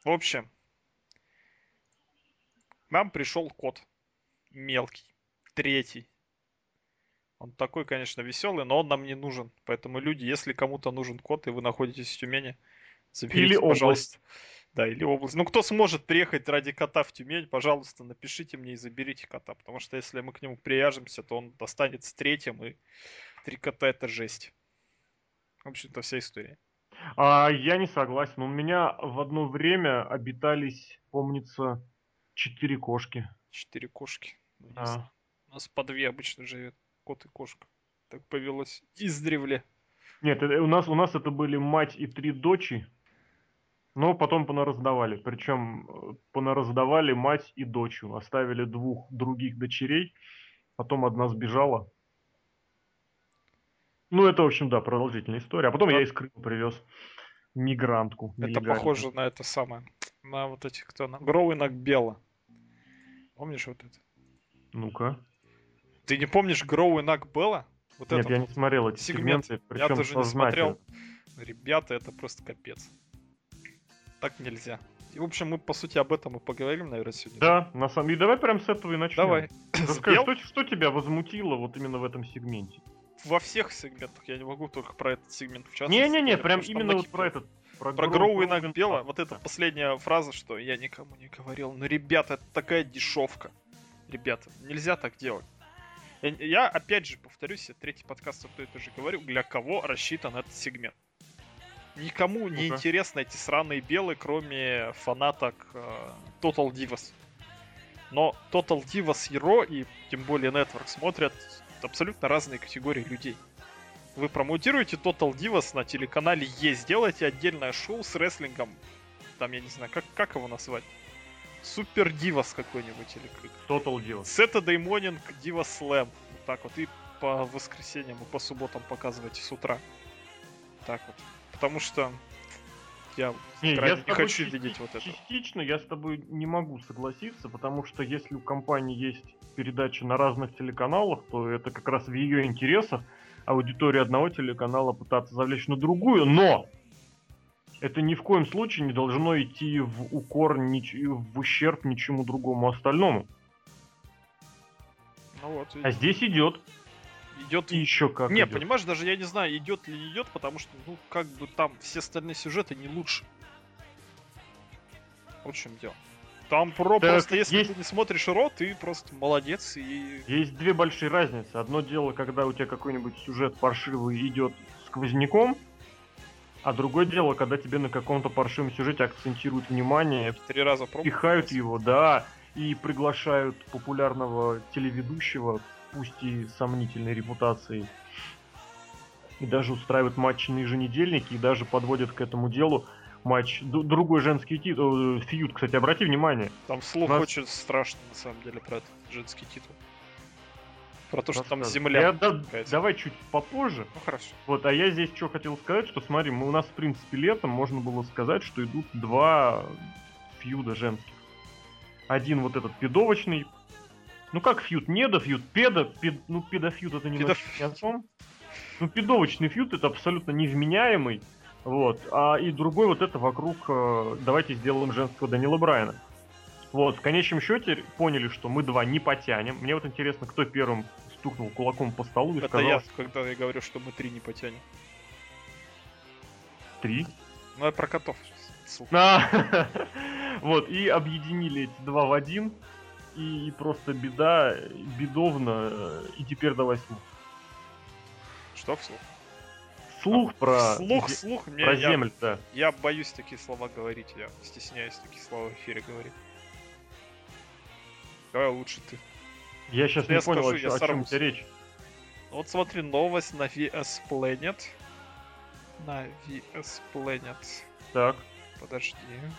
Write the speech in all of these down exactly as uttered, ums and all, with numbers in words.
В общем, к нам пришел кот. Мелкий. Третий. Он такой, конечно, веселый, но он нам не нужен. Поэтому, люди, если кому-то нужен кот, и вы находитесь в Тюмени, Или заберите, область. пожалуйста. Да, или область. Ну, кто сможет приехать ради кота в Тюмень, пожалуйста, напишите мне и заберите кота. Потому что если мы к нему привяжемся, то он останется третьим, и три кота это жесть. В общем-то, вся история. А я не согласен. У меня в одно время обитались, помнится, четыре кошки. Четыре кошки. Ну, не знаю. Да. У нас по две обычно живет. Кот и кошка. Так повелось издревле. Нет, э, у нас, у нас это были мать и три дочи, но потом понараздавали. Причем э, понараздавали мать и дочь. Оставили двух других дочерей, потом одна сбежала. Ну, это, в общем, да, продолжительная история. А потом я Но из Крыма привез мигрантку это нелегальную. похоже на это самое. На вот этих, кто на... Гроуинг Белла. Помнишь вот это? Ну-ка. Ты не помнишь Гроуинг Белла? Вот Нет, этот я не вот смотрел эти сегмент. сегменты, Я причем тоже не смотрел. сознательно. Ребята, это просто капец. Так нельзя. И, в общем, мы, по сути, об этом и поговорим, наверное, сегодня, да? Да, на самом деле, давай прям с этого и начнем. Давай. Расскажи, Сбел? что, что тебя возмутило вот именно в этом сегменте? Во всех сегментах. Я не могу только про этот сегмент в частности Не-не-не, говорить, прям потому что там именно вот про накипело. этот. Про, Про Гроу, Гроуинг Гроуин- Белла, а, вот эта да. последняя фраза, что я никому не говорил. Ну, ребята, это такая дешевка. Ребята, нельзя так делать. Я, я, опять же, повторюсь, я третий подкаст одно и то же говорю, для кого рассчитан этот сегмент. Никому не Ну-ка. интересны эти сраные белые, кроме фанаток э, Total Divas. Но Total Divas Hero и тем более Network смотрят абсолютно разные категории людей. Вы промоутируете Total Divas на телеканале Е, сделайте отдельное шоу с рестлингом. Там, я не знаю, как, как его назвать? Супер Divas какой-нибудь или как. Total Deal. Saturday Morning Diva Slam. Вот так вот. И по воскресеньям и по субботам показывайте с утра. Так вот. Потому что я Не, я крайне с не тобой хочу части- видеть вот это. частично я с тобой не могу согласиться, потому что если у компании есть передачи на разных телеканалах, то это как раз в ее интересах аудиторию одного телеканала пытаться завлечь на другую, но это ни в коем случае не должно идти в укор, нич- в ущерб ничему другому остальному. Ну вот. А здесь идет. Идет. И еще как Не, идет. понимаешь, даже я не знаю, идет ли не идет, потому что, ну, как бы там все остальные сюжеты не лучше. Вот в чем дело. Там про Так, просто, если есть- ты не смотришь Ро, ты просто молодец и. Есть две большие разницы. Одно дело, когда у тебя какой-нибудь сюжет паршивый идет сквозняком, а другое дело, когда тебе на каком-то паршивом сюжете акцентируют внимание, Три раза пробовал. пихают его, да, и приглашают популярного телеведущего, пусть и с сомнительной репутацией, и даже устраивают матчи на еженедельнике, и даже подводят к этому делу матч, д- другой женский титул, фьюд, кстати, обрати внимание. Там слух У нас- очень страшный, на самом деле, про этот женский титул. Про то, что там Рассказывай. земля. Я да- какая-то. давай чуть попозже. Ну хорошо. Вот, а я здесь что хотел сказать, что смотри, мы, у нас в принципе летом можно было сказать, что идут два фьюда женских. Один вот этот пидовочный, ну как фьюд, не до фьюд, педо, пед, ну педофьюд это немножко Педоф- не о том. Ну пидовочный фьюд это абсолютно невменяемый, вот, а и другой вот это вокруг, э, давайте сделаем женского Данила Брайана. Вот, в конечном счете поняли, что мы два не потянем. Мне вот интересно, кто первым стукнул кулаком по столу и Это сказал, я, что когда я говорю, что мы три не потянем. три. Ну, я про котов. Слух. А, Вот, и объединили эти два в один. И просто беда, бедовно. э, И теперь давай слух. Что вслух? Слух про, Слух, зе- слух. Мне, про я, землю, да. я боюсь такие слова говорить. Я стесняюсь такие слова в эфире говорить. Давай лучше ты. Я сейчас Я не понял, скажу, о, я чё- о чем сорвусь. у тебя речь. Вот смотри, новость на ви эс Planet. На ви эс Planet. Так. Подожди.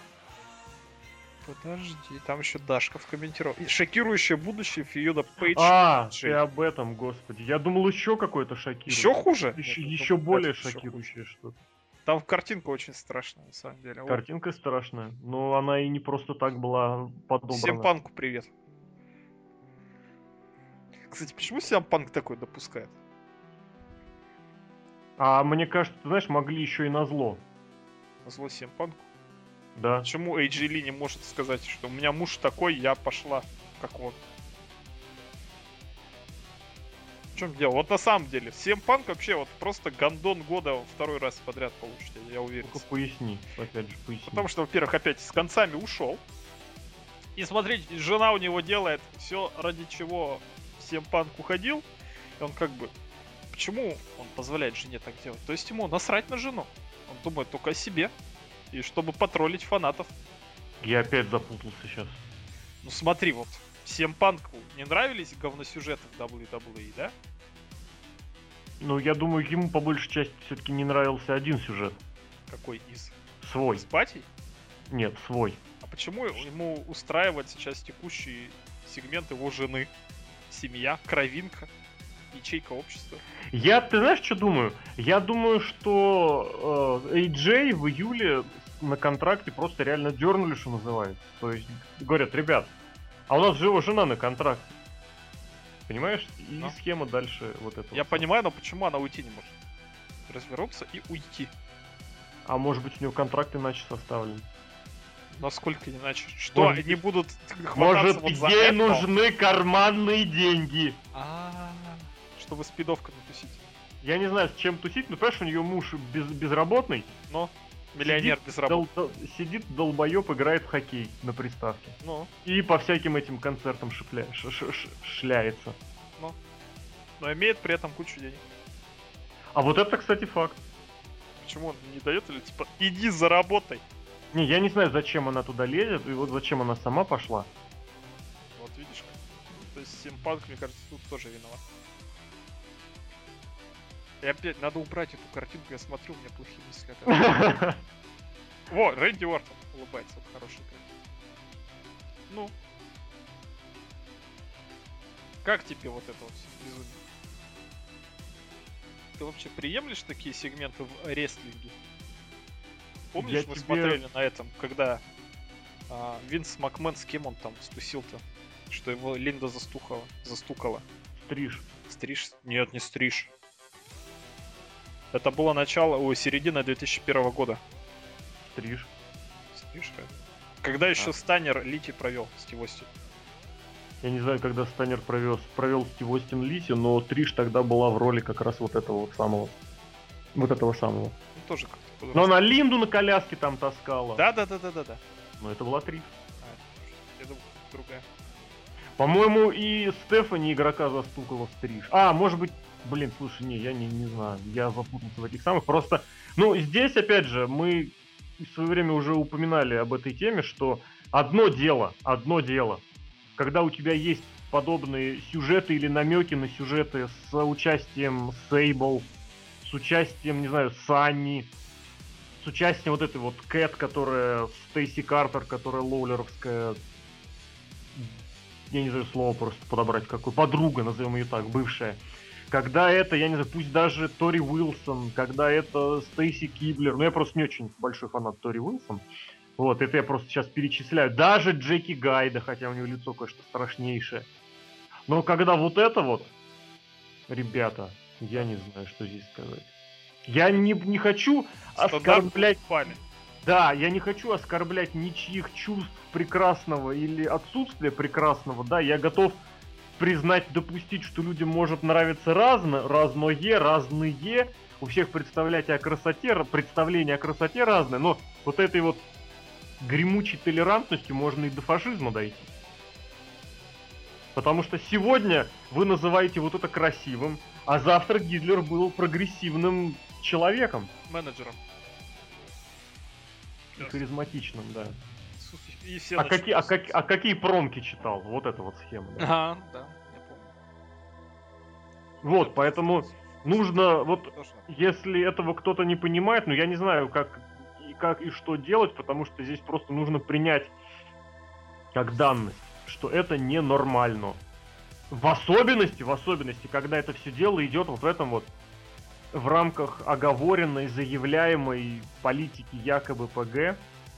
Подожди, там еще Дашка в комментировке. Шокирующее будущее Фьюда Пейдж. А, Джей. ты об этом, господи. Я думал, еще какое-то шокирующее. Еще хуже? Еще, Нет, еще ну, более это ещё шокирующее что-то. хуже. Там картинка очень страшная, на самом деле. Вот. Картинка страшная. Но она и не просто так была подобрана. Всем панку привет. Кстати, почему Сиам Панк такой допускает? А мне кажется, ты знаешь, могли еще и на зло. Зло Сиам Панку? Да. Почему эй джей Ли не может сказать, что у меня муж такой, я пошла, как он? В чем дело? Вот на самом деле, си эм Punk вообще вот просто гандон года второй раз подряд получит, я уверен. Только поясни, опять же, поясни. Потому что, во-первых, опять с концами ушел. И смотрите, жена у него делает все, ради чего си эм Punk уходил. И он как бы... Почему он позволяет жене так делать? То есть ему насрать на жену. Он думает только о себе. И чтобы потроллить фанатов. Я опять запутался сейчас. Ну смотри, вот си эм Punk не нравились говносюжеты в дабл ю дабл ю и, да? Ну, я думаю, ему по большей части все-таки не нравился один сюжет. Какой из? Свой. С Патей? Нет, свой. А почему ему устраивает сейчас текущий сегмент его жены? Семья, кровинка, ячейка общества. Я, ты знаешь, что думаю? Я думаю, что э, эй джей в июле на контракте просто реально дернули, что называется. То есть говорят, ребят, а у нас же его жена на контракте. Понимаешь? И ну. Схема дальше вот этого. Я понимаю, но почему она уйти не может? Развернуться и уйти. А может быть у него контракт иначе составлен? Насколько иначе? Что, может, они будут может, вот за ей это? нужны карманные деньги. А-а-а. Чтобы спидовка натусить. Я не знаю, с чем тусить, но понимаешь, у нее муж без, безработный. Но миллионер сидит, безработный. Дол, сидит долбоеб, играет в хоккей на приставке. Ну. И по всяким этим концертам шипля, ш, ш, ш, шляется. Ну. Но имеет при этом кучу денег. А вот это, кстати, факт. Почему он не дает? Или типа, иди заработай. Не, я не знаю, зачем она туда лезет, и вот зачем она сама пошла. Вот видишь. То есть си эм Punk, мне кажется, тут тоже виноват. И опять, надо убрать эту картинку, я смотрю, у меня плохие мысли. Во, Рэнди Уортон улыбается, вот хорошая картинка. Ну. Как тебе вот это вот безумие? Ты вообще приемлешь такие сегменты в рестлинге? Помнишь, Я мы тебе... смотрели на этом, когда а, Винс Макмен, с кем он там стусил-то? Что его Линда застукала. застукала. Стриж. Стриж? Нет, не Стриж. Это было начало, ой, середина две тысячи первого года. Стриж. Стриж, когда еще а. Станнер Лити провел Стив Остин? Я не знаю, когда Станнер провел, провел Стив Остин Лити, но Триш тогда была в роли как раз вот этого вот самого. Вот этого самого. Ну, тоже как-то. Но она Линду на коляске там таскала. Да, да, да, да, да, да. Но это была Триш. А, я думал, другая. По-моему, и Стефани игрока застукала в Триш. А, может быть, блин, слушай, не, я не, не знаю, я запутался в этих самых. Просто, ну, здесь, опять же, мы в свое время уже упоминали об этой теме, что одно дело, одно дело, когда у тебя есть подобные сюжеты или намеки на сюжеты с участием Сейбл, с участием, не знаю, Санни, с участием вот этой вот Кэт, которая Стейси Картер, которая лоулеровская, я не знаю слово просто подобрать, какой, подруга, назовем ее так, бывшая. Когда это, я не знаю, пусть даже Тори Уилсон, когда это Стейси Киблер, ну я просто не очень большой фанат Тори Уилсон, вот, это я просто сейчас перечисляю, даже Джеки Гайда, хотя у него лицо, конечно, страшнейшее. Но когда вот это вот, ребята, я не знаю, что здесь сказать. Я не, не хочу оскорблять... Да, я не хочу оскорблять ничьих чувств прекрасного или отсутствия прекрасного, да, я готов признать, допустить, что людям может нравиться разно, разное, разные, у всех представлять о красоте, представление о красоте разное, но вот этой вот гремучей толерантностью можно и до фашизма дойти. Потому что сегодня вы называете вот это красивым, а завтра Гитлер был прогрессивным человеком. Менеджером. И харизматичным, да. И все а, какие, а, как, а какие промки читал? Вот эта вот схема. Да? Ага, да, я помню. Вот, это поэтому нужно, вот, тоже. Если этого кто-то не понимает, ну я не знаю, как и, как и что делать, потому что здесь просто нужно принять как данность, что это ненормально. В особенности, в особенности, когда это все дело идет вот в этом вот, в рамках оговоренной, заявляемой политики якобы ПГ.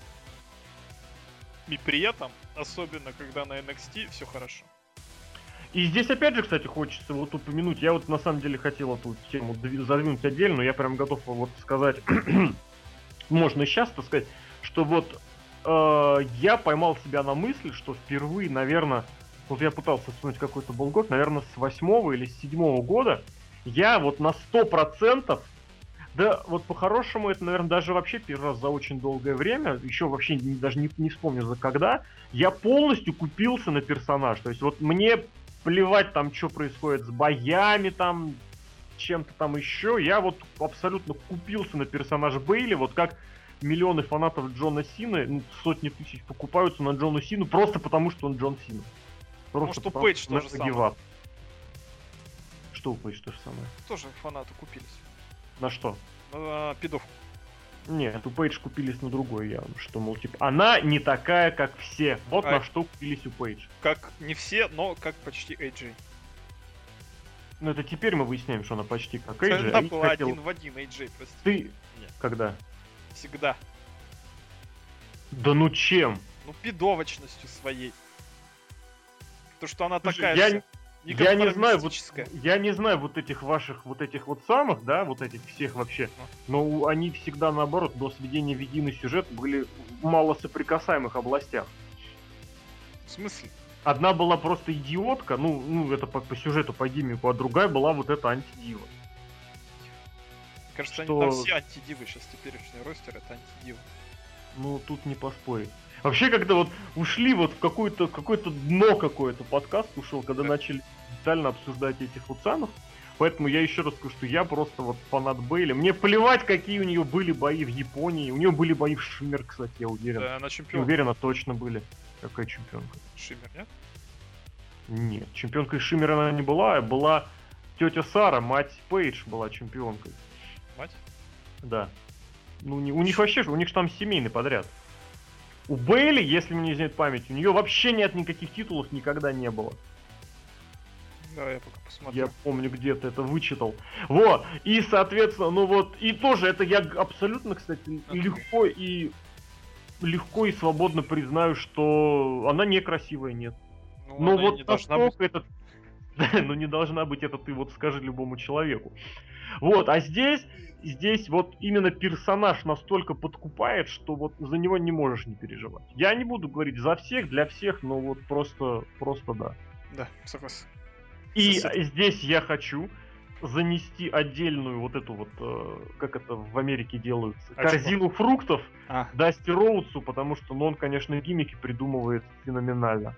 И при этом, особенно когда на эн экс ти, все хорошо. И здесь опять же, кстати, хочется вот упомянуть, я вот на самом деле хотел эту тему задвинуть отдельно, но я прям готов вот сказать, можно и сейчас, так сказать, что вот э, я поймал себя на мысли, что впервые, наверное, вот я пытался вспомнить какой-то был год, наверное, с восьмого или с седьмого года, я вот на сто процентов, да вот по-хорошему это, наверное, даже вообще первый раз за очень долгое время, еще вообще не, даже не, не вспомню за когда, я полностью купился на персонаж. То есть вот мне плевать там, что происходит с боями там, чем-то там еще, я вот абсолютно купился на персонаж Бейли, вот как миллионы фанатов Джона Сины, ну, сотни тысяч покупаются на Джона Сину просто потому, что он Джон Сина. Может, у Пейдж то же самое. Что у Пейдж то же самое? Тоже фанаты купились. На что? На пидовку. Нет, у Пейдж купились на другое явно, что, мол, типа, она не такая, как все. Вот а на что купились у Пейдж. Как не все, но как почти эй джей. Ну это теперь мы выясняем, что она почти как эй джей. Она была хотел... один в один эй джей, прости. Ты... Нет. Когда? Всегда. Да ну чем? Ну пидовочностью своей. То, что она Слушай, такая я... же... Я не знаю, вот, я не знаю вот этих ваших, вот этих вот самых, да, вот этих всех вообще, но они всегда наоборот до сведения в единый сюжет были в малосоприкасаемых областях. В смысле? Одна была просто идиотка, ну, ну это по, по сюжету, по гиммику, а другая была вот эта антидива. Кажется, что... они там все антидивы, сейчас теперешний ростер это антидива. Ну, тут не поспорить. Вообще, когда вот ушли вот в какое-то, какое-то дно какое-то, подкаст ушел, когда да. начали детально обсуждать этих вот самых. Поэтому я еще раз скажу, что я просто вот фанат Бейли. Мне плевать, какие у нее были бои в Японии. У нее были бои в Шиммер, кстати, я уверен. Да, она чемпионка. Уверена, точно были. Какая чемпионка? Шиммер, нет? Нет, чемпионкой Шиммера она не была. Была тетя Сара, мать Пейдж была чемпионкой. Мать? Да. Ну, не, у них вообще, у них же там семейный подряд. У Бейли, если мне не изменяет память, у нее вообще нет никаких титулов, никогда не было. Да, я пока посмотрю. Я помню, где-то это вычитал. Вот, и, соответственно, ну вот, и тоже это я абсолютно, кстати, okay. легко и легко и свободно признаю, что она некрасивая, нет. Ну, Но вот не должна быть. Этот... ну не должна быть, это ты вот скажи любому человеку. Вот, а здесь, здесь вот именно персонаж настолько подкупает, что вот за него не можешь не переживать. Я не буду говорить за всех, для всех, но вот просто, просто да. Да, согласен. И Сосед. Здесь я хочу занести отдельную вот эту вот, э, как это в Америке делаются, а корзину что? фруктов а. Дасти Роудсу, потому что ну, он, конечно, гиммики придумывает феноменально.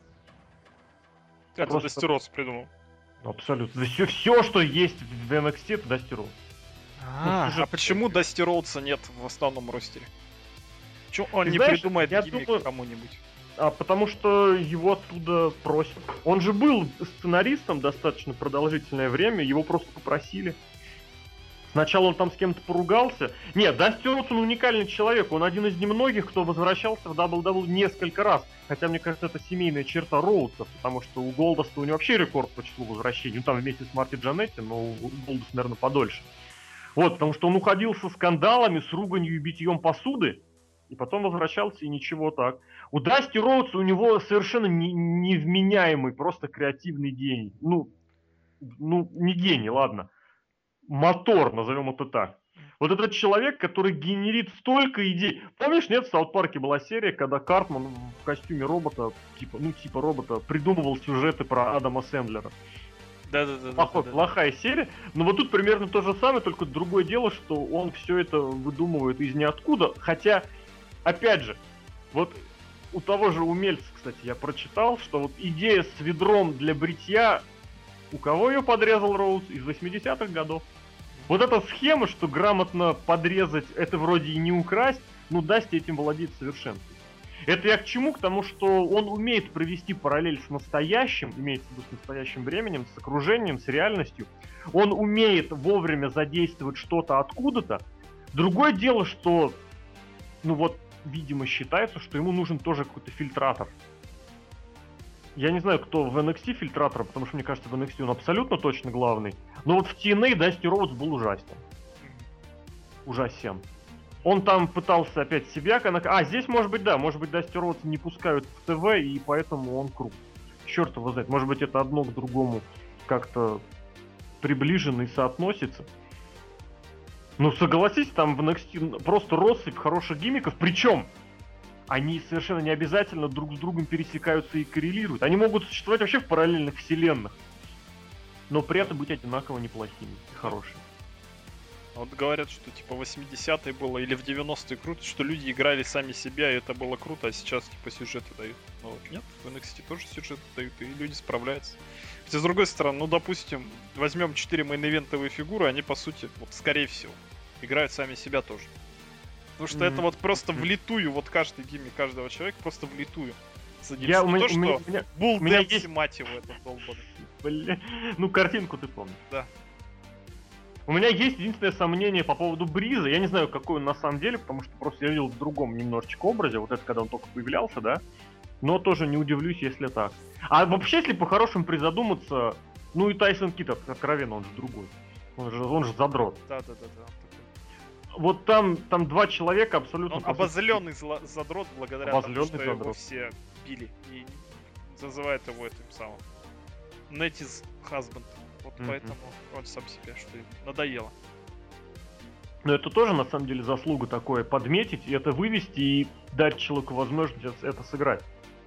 Это Просто... Дасти Роудс придумал. Абсолютно. Все, все, что есть в эн экс ти, это Дасти Роудс. А, ну, а почему Дасти Роудса нет в основном ростере? Почему он Ты не знаешь, придумает гиммик думаю... кому-нибудь? А потому что его оттуда просят. Он же был сценаристом достаточно продолжительное время, его просто попросили. Сначала он там с кем-то поругался. Нет, Дасти Роудс, он уникальный человек, он один из немногих, кто возвращался в дабл ю дабл ю и несколько раз. Хотя, мне кажется, это семейная черта Роудса, потому что у Голдаста у него вообще рекорд по числу возвращений. Ну, там вместе с Марти Джанетти, но у Голдас, наверное, подольше. Вот, потому что он уходил со скандалами, с руганью и битьем посуды, и потом возвращался, и ничего так. У Дасти Роудса у него совершенно не, невменяемый, просто креативный гений. Ну, ну, не гений, ладно. Мотор, назовем это так. Вот этот человек, который генерит столько идей. Помнишь, нет, в Саут Парке была серия, когда Картман в костюме робота, типа, ну, типа робота, придумывал сюжеты про Адама Сэндлера. Да-да-да. Плохой, да, да, плохая да. серия. Но вот тут примерно то же самое, только другое дело, что он все это выдумывает из ниоткуда. Хотя, опять же, вот у того же умельца, кстати, я прочитал, что вот идея с ведром для бритья, у кого ее подрезал Роудс? Из восьмидесятых годов. Вот эта схема, что грамотно подрезать, это вроде и не украсть, но Дасти этим владеет совершенно. Это я к чему? К тому, что он умеет провести параллель с настоящим, имеется в виду с настоящим временем, с окружением, с реальностью. Он умеет вовремя задействовать что-то откуда-то. Другое дело, что, ну вот, видимо, считается, что ему нужен тоже какой-то фильтратор. Я не знаю, кто в эн экс ти фильтратор, потому что, мне кажется, в эн экс ти он абсолютно точно главный. Но вот в ти эн эй Дасти Роудс был ужасен. Ужасен. Он там пытался опять себя... А, здесь, может быть, да, может быть, Дасти Роудс не пускают в ТВ, и поэтому он крут. Черт его знает, может быть, это одно к другому как-то приближено и соотносится. Ну, согласись, там в эн экс ти просто россыпь хороших гиммиков, причем они совершенно не обязательно друг с другом пересекаются и коррелируют. Они могут существовать вообще в параллельных вселенных, но при этом быть одинаково неплохими и хорошими. Вот говорят, что типа в восьмидесятые было или в девяностые круто, что люди играли сами себя, и это было круто, а сейчас типа сюжеты дают. Ну вот нет, в эн экс ти тоже сюжеты дают, и люди справляются. Хотя с другой стороны, ну допустим, возьмем четыре мейн-ивентовые фигуры, они по сути, вот скорее всего, играют сами себя тоже. Потому что mm-hmm. это вот просто mm-hmm. влитую, вот каждый гиммик каждого человека просто влитую. Я, не то, что Bull Dance, есть... мать его, этот долбанный. Бля, ну картинку ты помнишь. Да. У меня есть единственное сомнение по поводу Бриза. Я не знаю, какой он на самом деле, потому что просто я видел в другом немножечко образе. Вот это когда он только появлялся, да? Но тоже не удивлюсь, если так. А вообще, если по-хорошему призадуматься, ну и Тайсон Кид, откровенно, он же другой. Он же, он же задрот. Да-да-да. Вот там, там два человека абсолютно... Он обозленный зло- задрот, благодаря обозленный тому, что задрот. Его все били. И называют его этим самым Neti's husband. Вот mm-hmm. поэтому он сам себе, что им надоело. Но это тоже, на самом деле, заслуга такое, подметить, и это вывести, и дать человеку возможность это сыграть.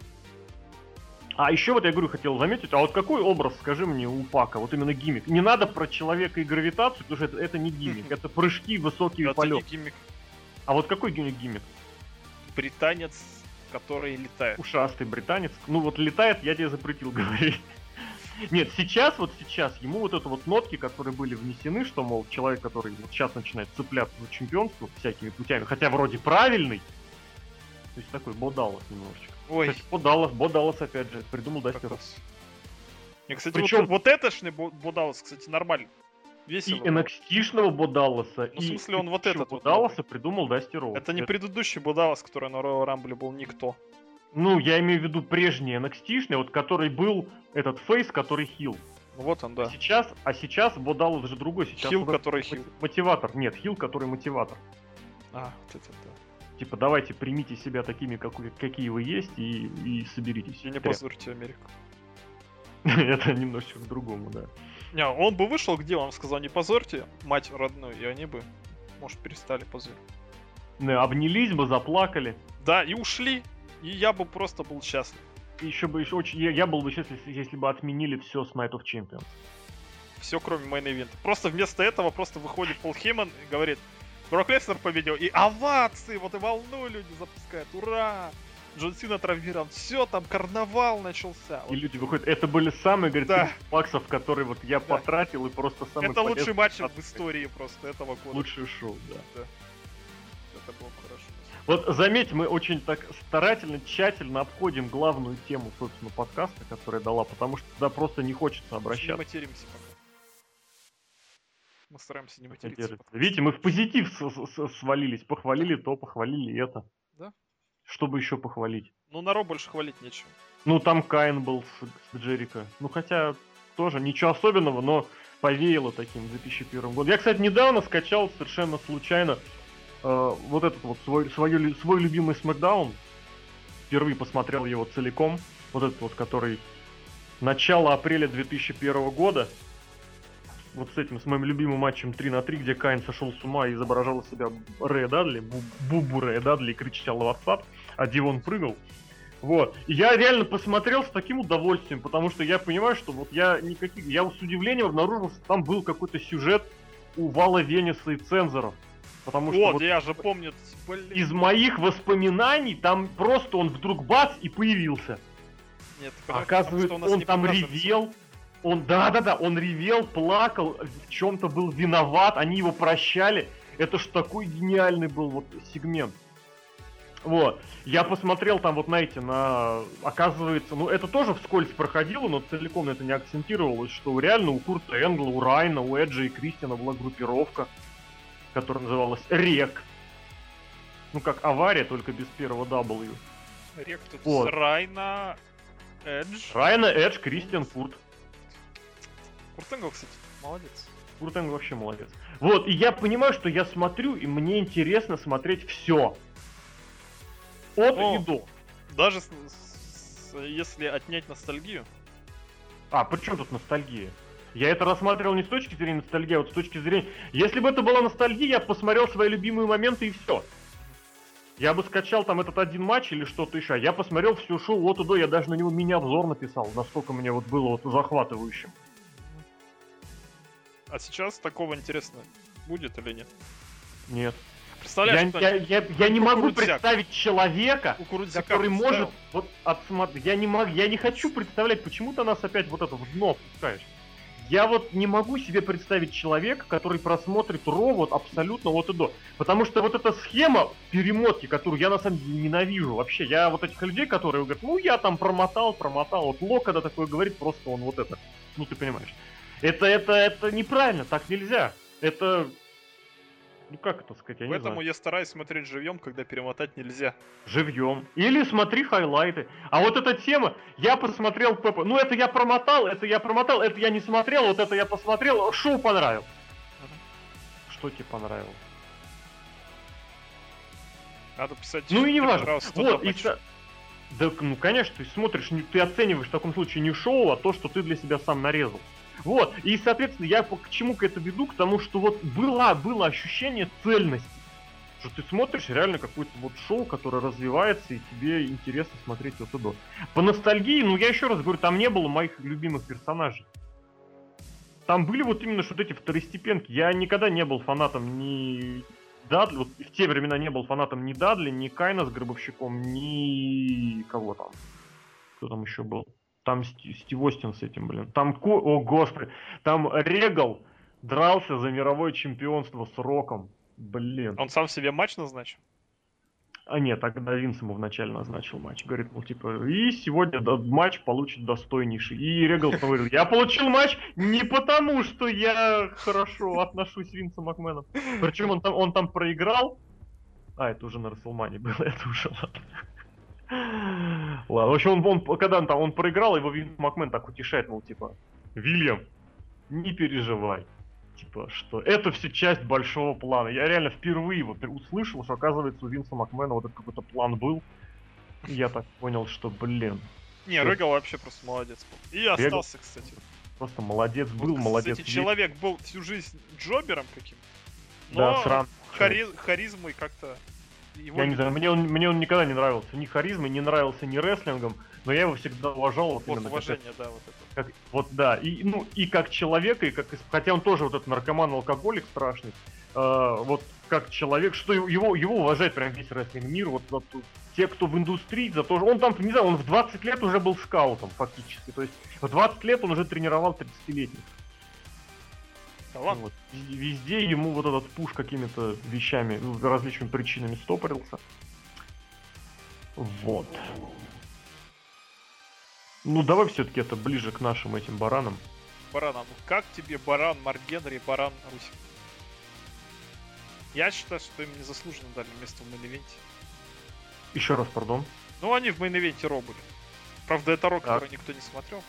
А еще вот я говорю, хотел заметить, а вот какой образ, скажи мне, у Пака, вот именно гиммик? Не надо про человека и гравитацию, потому что это, это не гиммик, это прыжки, высокие полеты. Это не гиммик. А вот какой гиммик? Британец, который летает. Ушастый британец. Ну вот летает, я тебе запретил говорить. Нет, сейчас, вот сейчас, ему вот это вот нотки, которые были внесены, что, мол, человек, который вот сейчас начинает цепляться за чемпионство всякими путями, хотя вроде правильный, то есть такой Бо Даллас немножечко. Ой. Кстати, Бо Даллас, Бо Даллас, опять же, придумал Дастин Роудс. И, кстати, Причем... вот, вот этошный Бо, Бо Даллас, кстати, нормально. Весело. И эн экс ти-шного Бо Далласа, ну, в смысле, он и вот этот Бо вот Далласа придумал Дасти Роудс. Это не предыдущий Бо Даллас, который на Royal Rumble был никто. Ну, я имею в виду прежний эн экс ти-шный, вот который был этот фейс, который хил. Вот он, да. А сейчас, а сейчас Бо Даллас же другой. Сейчас хил, который хил. Мотиватор. Нет, хил, который мотиватор. А, вот это да. Типа, давайте примите себя такими, как, какие вы есть, и, и соберитесь. И не позорьте Америку. Это немножечко к-другому, да. Не, он бы вышел, где он сказал, не позорьте мать родную, и они бы, может, перестали позорить. Ну, обнялись бы, заплакали. Да, и ушли, и я бы просто был счастлив. Еще бы еще очень. Я, я был бы счастлив, если, если бы отменили все с Night of Champions. Все, кроме мейн-ивента. Просто вместо этого просто выходит Пол Хейман и говорит: Брок Леснер победил, и овации, вот и волну люди запускают, ура! Джон Сина травмирован, все, там карнавал начался. И вот. Люди выходят, это были самые, говорит, да. баксов, которые вот я да. потратил, и просто самый это лучший матч в истории просто этого года. Лучшее шоу, да. да. Это было хорошо. Вот заметь, мы очень так старательно, тщательно обходим главную тему, собственно, подкаста, которая дала, потому что туда просто не хочется обращаться. Не материмся пока. Мы стараемся не материться. Видите, мы в позитив свалились, похвалили то, похвалили это. Да? Чтобы еще похвалить. Ну, на Ро больше хвалить нечего. Ну, там Каин был с, с Джерико. Ну, хотя тоже ничего особенного, но повеяло таким в две тысячи первом году. Я, кстати, недавно скачал совершенно случайно э, вот этот вот свой, свой, свой любимый Смэкдаун. Впервые посмотрел его целиком. Вот этот вот, который начало апреля две тысячи первого года. Вот с этим, с моим любимым матчем три на три, где Каин сошел с ума и изображал себя Рэя Дадли, Бубу Рэя Дадли, и кричал в WhatsApp, а Дивон прыгал. Вот. И я реально посмотрел с таким удовольствием, потому что я понимаю, что вот я никаких... Я с удивлением обнаружил, что там был какой-то сюжет у Вала Венеса и Цензоров. Потому что вот, вот я же помню, блин. Из моих воспоминаний там просто он вдруг бац и появился. Нет, оказывается, он там ревел. Он, да-да-да, он ревел, плакал, в чем-то был виноват, они его прощали. Это ж такой гениальный был вот сегмент. Вот. Я посмотрел там вот на эти, на... Оказывается, ну это тоже вскользь проходило, но целиком на это не акцентировалось, что реально у Курта Энгла, у Райна, у Эджа и Кристиана была группировка, которая называлась Рек. Ну как авария, только без первого W. Рек тут вот. С Райна, Эдж. Райна, Эдж, Кристиан, Курт. Курт Энгл, кстати, молодец. Курт Энгл вообще молодец. Вот, и я понимаю, что я смотрю, и мне интересно смотреть все. От О, и до. Даже с, с, если отнять ностальгию. А, при чем тут ностальгия? Я это рассматривал не с точки зрения ностальгии, а вот с точки зрения... Если бы это была ностальгия, я бы посмотрел свои любимые моменты и все. Я бы скачал там этот один матч или что-то еще. Я посмотрел все шоу от и до, я даже на него мини-обзор написал, насколько мне вот было вот захватывающим. А сейчас такого интересно будет или нет? Нет. Представляешь, я, я, я, я не могу Кукурудзяк. представить человека, Кукурудзяка который представил? может вот отсмотреть. Я не могу, я не хочу представлять, почему ты нас опять вот это в дно пускаешь. Я вот не могу себе представить человека, который просмотрит Ро вот абсолютно от и до. Потому что вот эта схема перемотки, которую я на самом деле ненавижу вообще. Я вот этих людей, которые говорят, ну я там промотал, промотал. Вот Ло, когда такое говорит, просто он вот это. Ну ты понимаешь. Это, это, это неправильно, так нельзя. Это... Ну как это сказать, я не Поэтому знаю. я стараюсь смотреть живьем, когда перемотать нельзя. Живьем. Или смотри хайлайты. А вот эта тема, я посмотрел Пеппа. Ну это я промотал, это я промотал, это я не смотрел, вот это я посмотрел. Шоу понравилось. Uh-huh. Что тебе понравилось? Надо писать. Ну и не важно. Вот, и со... Да, ну конечно, ты смотришь, ты оцениваешь в таком случае не шоу, а то, что ты для себя сам нарезал. Вот, и, соответственно, я к чему к это веду? К тому, что вот было, было ощущение цельности. Что ты смотришь реально какое-то вот шоу, которое развивается, и тебе интересно смотреть вот и до. По ностальгии, ну я еще раз говорю, там не было моих любимых персонажей. Там были вот именно что-то эти второстепенки. Я никогда не был фанатом ни Дадли, вот в те времена не был фанатом ни Дадли, ни Кайна с Гробовщиком, ни кого там. Кто там еще был? Там Стив Остин с этим, блин. Там, о господи, там Регал дрался за мировое чемпионство с Роком. Блин. Он сам себе матч назначил? А нет, тогда Винс ему вначале назначил матч. Говорит, мол, типа, и сегодня матч получит достойнейший. И Регал говорил, я получил матч не потому, что я хорошо отношусь к Винсу Макмену. Причем он там, он там проиграл. А, это уже на Расселмане было, это уже ладно. Ладно, в общем, он, он, когда он там он проиграл, его Винс Макмен так утешает, мол, типа, Вильям, не переживай. Типа, что это все часть большого плана. Я реально впервые вот услышал, что, оказывается, у Винса Макмена вот этот какой-то план был. И я так понял, что, блин. Не, Регал вообще просто молодец был. И остался, Регал, кстати. Просто молодец был, вот, молодец. Кстати, человек был всю жизнь джобером каким-то. Да, срам. Хари... харизмой как-то... Его я не знаю, мне он, мне он никогда не нравился ни харизмой, не нравился ни рестлингом, но я его всегда уважал. Вот, вот уважение, как, да, вот это. Как, вот да, и, ну, и как человека, и как, хотя он тоже вот этот наркоман-алкоголик страшный, э, вот как человек, что его, его уважает прям весь рестлинг-мир, вот, вот те, кто в индустрии, за то, он там, не знаю, он в двадцать лет уже был скаутом фактически, то есть в двадцать лет он уже тренировал тридцатилетних. Да ладно. Вот. Везде ему вот этот пуш какими-то вещами, ну, различными причинами стопорился. Вот. Ну, давай все-таки это ближе к нашим этим баранам. Баранам. Как тебе баран Марк Генри и баран Русик? Я считаю, что им незаслуженно дали место в мейн-ивенте. Еще раз, пардон. Ну, они в мейн-ивенте Ро были. Правда, это Ро, который никто не смотрел.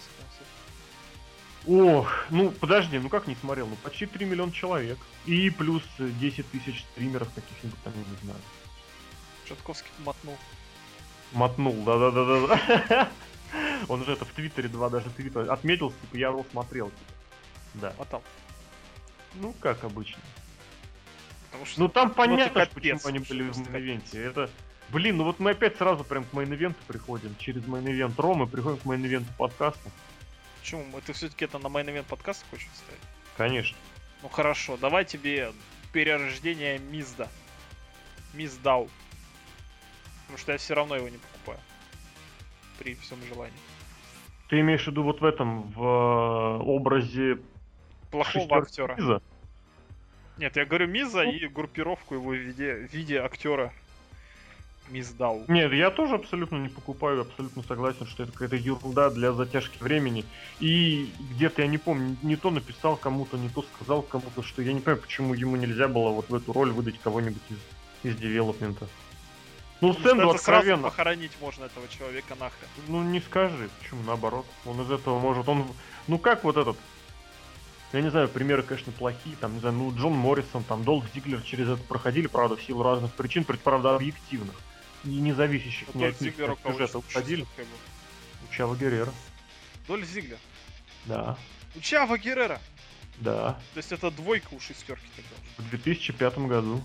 Ох, ну подожди, ну как не смотрел? Ну почти три миллиона человек. И плюс десять тысяч стримеров каких-нибудь там, я не знаю. Шатковский мотнул. Мотнул, да-да-да-да. Он же это в Твиттере два даже твита отметил, типа я Ро смотрел. Да. А там? Ну как обычно. Что... Ну там понятно, ну, почему они были в мейн-ивенте. Это... Блин, ну вот мы опять сразу прям к мейн-ивенту приходим. Через мейн-ивент Ро мы приходим к мейн-ивенту подкаста. Почему? Ты все-таки это на мейн-ивент подкаст хочешь ставить? Конечно. Ну хорошо, давай тебе перерождение Мизда. Миздау. Потому что я все равно его не покупаю. При всем желании. Ты имеешь в виду вот в этом, в э, образе плохого актера? Миза? Нет, я говорю Миза ну... и группировку его в виде, в виде актера. Миздау. Нет, я тоже абсолютно не покупаю, абсолютно согласен, что это какая-то ерунда для затяжки времени. И где-то, я не помню, не то написал кому-то, не то сказал кому-то, что я не понимаю, почему ему нельзя было вот в эту роль выдать кого-нибудь из, из девелопмента. Ну, Сэнду откровенно... сразу похоронить можно этого человека нахрен. Ну, не скажи, почему, наоборот. Он из этого может... Он, ну, как вот этот... Я не знаю, примеры, конечно, плохие. Там, не знаю, ну, Джон Моррисон, там, Долф Зиглер через это проходили, правда, в силу разных причин, правда, объективных. И независящих ну, ни от них сюжета уходили. У Чава Геррера. Дольф Зиглер? Да. У Чава Геррера? Да. То есть это двойка у шестерки тогда? В две тысячи пятом году.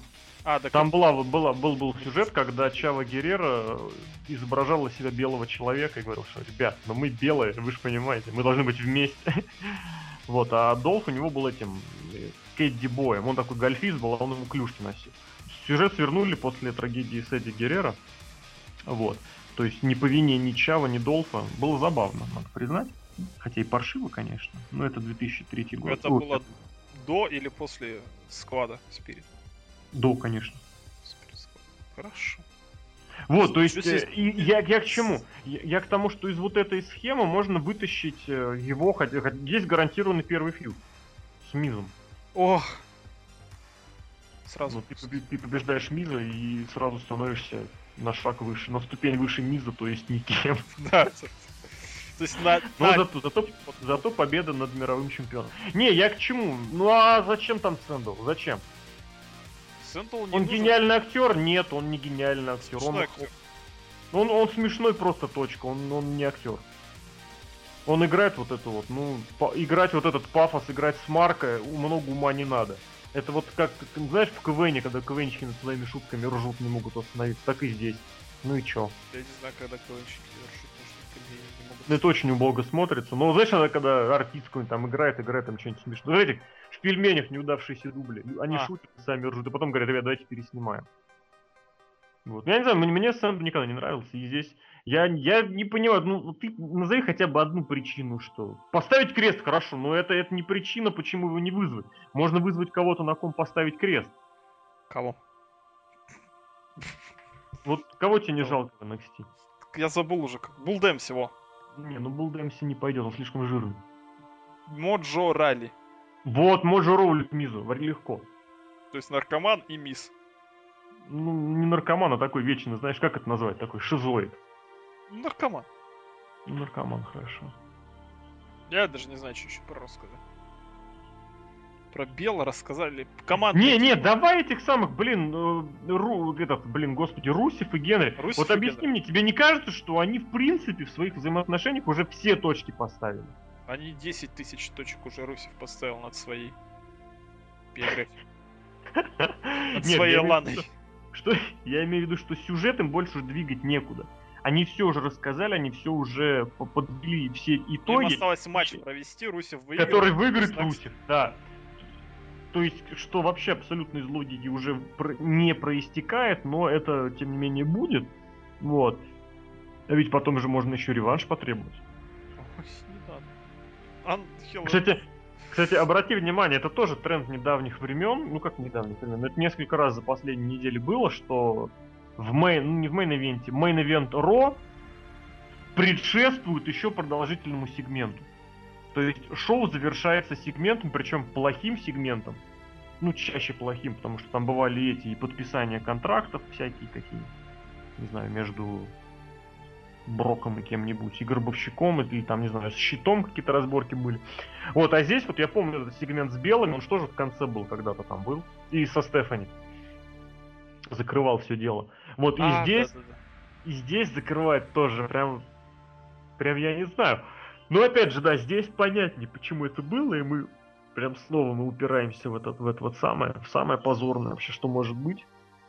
А, так Там это- была, была, был, был сюжет, когда Чава Геррера изображал из себя белого человека и говорил, что, ребят, ну мы белые, вы же понимаете, мы должны быть вместе. Вот, а Долф у него был этим э, скейтди-боем, он такой гольфист был, а он ему клюшки носил. Сюжет свернули после трагедии с Эдди Геррера. Вот. То есть ни по вине ни Чава, ни Долфа. Было забавно, надо признать. Хотя и паршиво, конечно. Но это две тысячи третий год. это Ой, было до или после сквада Спирит? До, конечно. Спирит Squad. Хорошо. Вот, то есть, Здесь э, и я, я к чему? Я, я к тому, что из вот этой схемы можно вытащить э, его, хотя, хотя есть гарантированный первый фьюд с Мизом. Ох. Сразу. Ну, ты, побе- ты побеждаешь Миза и сразу становишься на шаг выше, на ступень выше Миза, то есть никем. Да. То есть на... Но на- зато, зато, зато победа над мировым чемпионом. Не, я к чему? Ну а зачем там Сэндл? Зачем? Сэндл не Он нужен. гениальный актер? Нет, он не гениальный актер. Он, Смешной актер. он, он смешной просто точка, он, он не актер. Он играет вот это вот, ну, па- играть вот этот пафос, играть с Марка, у- много ума не надо. Это вот как, ты знаешь, в КВНе, когда КВНчики над своими шутками ржут, не могут остановиться, так и здесь. Ну и чё? Я не знаю, когда КВНщики вершат, может, они не могут. Ну, это очень убого смотрится. Но знаешь, она когда артист какой-нибудь там играет, играет там что-нибудь смешное. Знаете, в пельменях неудавшиеся дубли. Они А. шутят, сами ржут, и потом говорят, ребят, давайте переснимаем. Вот. Я не знаю, мне, мне Сэнд никогда не нравился. И здесь я, я не понимаю, ну ты назови хотя бы одну причину, что. Поставить крест хорошо, но это, это не причина, почему его не вызвать. Можно вызвать кого-то, на ком поставить крест. Кого? Вот кого тебе не Кого? жалко в эн экс ти? Я забыл уже, как Булдем всего. Не, ну Булл Дэмси не пойдет, он слишком жирный. Моджо Ралли. Вот, Моджо Роулит Мизу, вари легко. То есть наркоман и мисс. Ну, не наркоман, а такой вечный, знаешь, как это назвать? Такой шизоид. Наркоман. Ну, наркоман, хорошо. Я даже не знаю, что еще про рассказать. Про Бела рассказали. Команда. Не, не, давай этих самых, блин, э, Ру, этот, блин, господи, Русев и Генри. Русев Вот и объясни Генри. мне, тебе не кажется, что они, в принципе, в своих взаимоотношениях уже все точки поставили? Они десять тысяч точек уже Русев поставил над своей биографией. Над Нет, своей я имею в Ланой. виду, Что я имею в виду, что сюжет им больше уже двигать некуда. Они все уже рассказали, они все уже по- подвели все Им итоги, осталось матч провести, Русев выиграл. который выиграет Знак- Русев. Да. То есть, что вообще абсолютно из логики уже про- не проистекает, но это, тем не менее, будет. Вот. А ведь потом же можно еще реванш потребовать. Ой, не надо. Ангел. Кстати, кстати, обрати внимание, это тоже тренд недавних времен. Ну как недавних времен? но Это несколько раз за последние недели было, что в мейн, ну не в мейн-ивенте, мейн-ивент Ро предшествует еще продолжительному сегменту. То есть шоу завершается сегментом, причем плохим сегментом. Ну, чаще плохим, потому что там бывали эти и подписания контрактов всякие такие. Не знаю, между Броком и кем-нибудь, и Гробовщиком, или там, не знаю, с Щитом какие-то разборки были. Вот, а здесь вот я помню этот сегмент с Белым, он что же в конце был когда-то там был. И со Стефани. Закрывал все дело. Вот, и А, здесь, да-да-да. и здесь закрывает тоже прям, прям я не знаю. Но опять же, да, здесь понятнее, почему это было, и мы прям снова мы упираемся в, этот, в это вот самое, в самое позорное вообще, что может быть.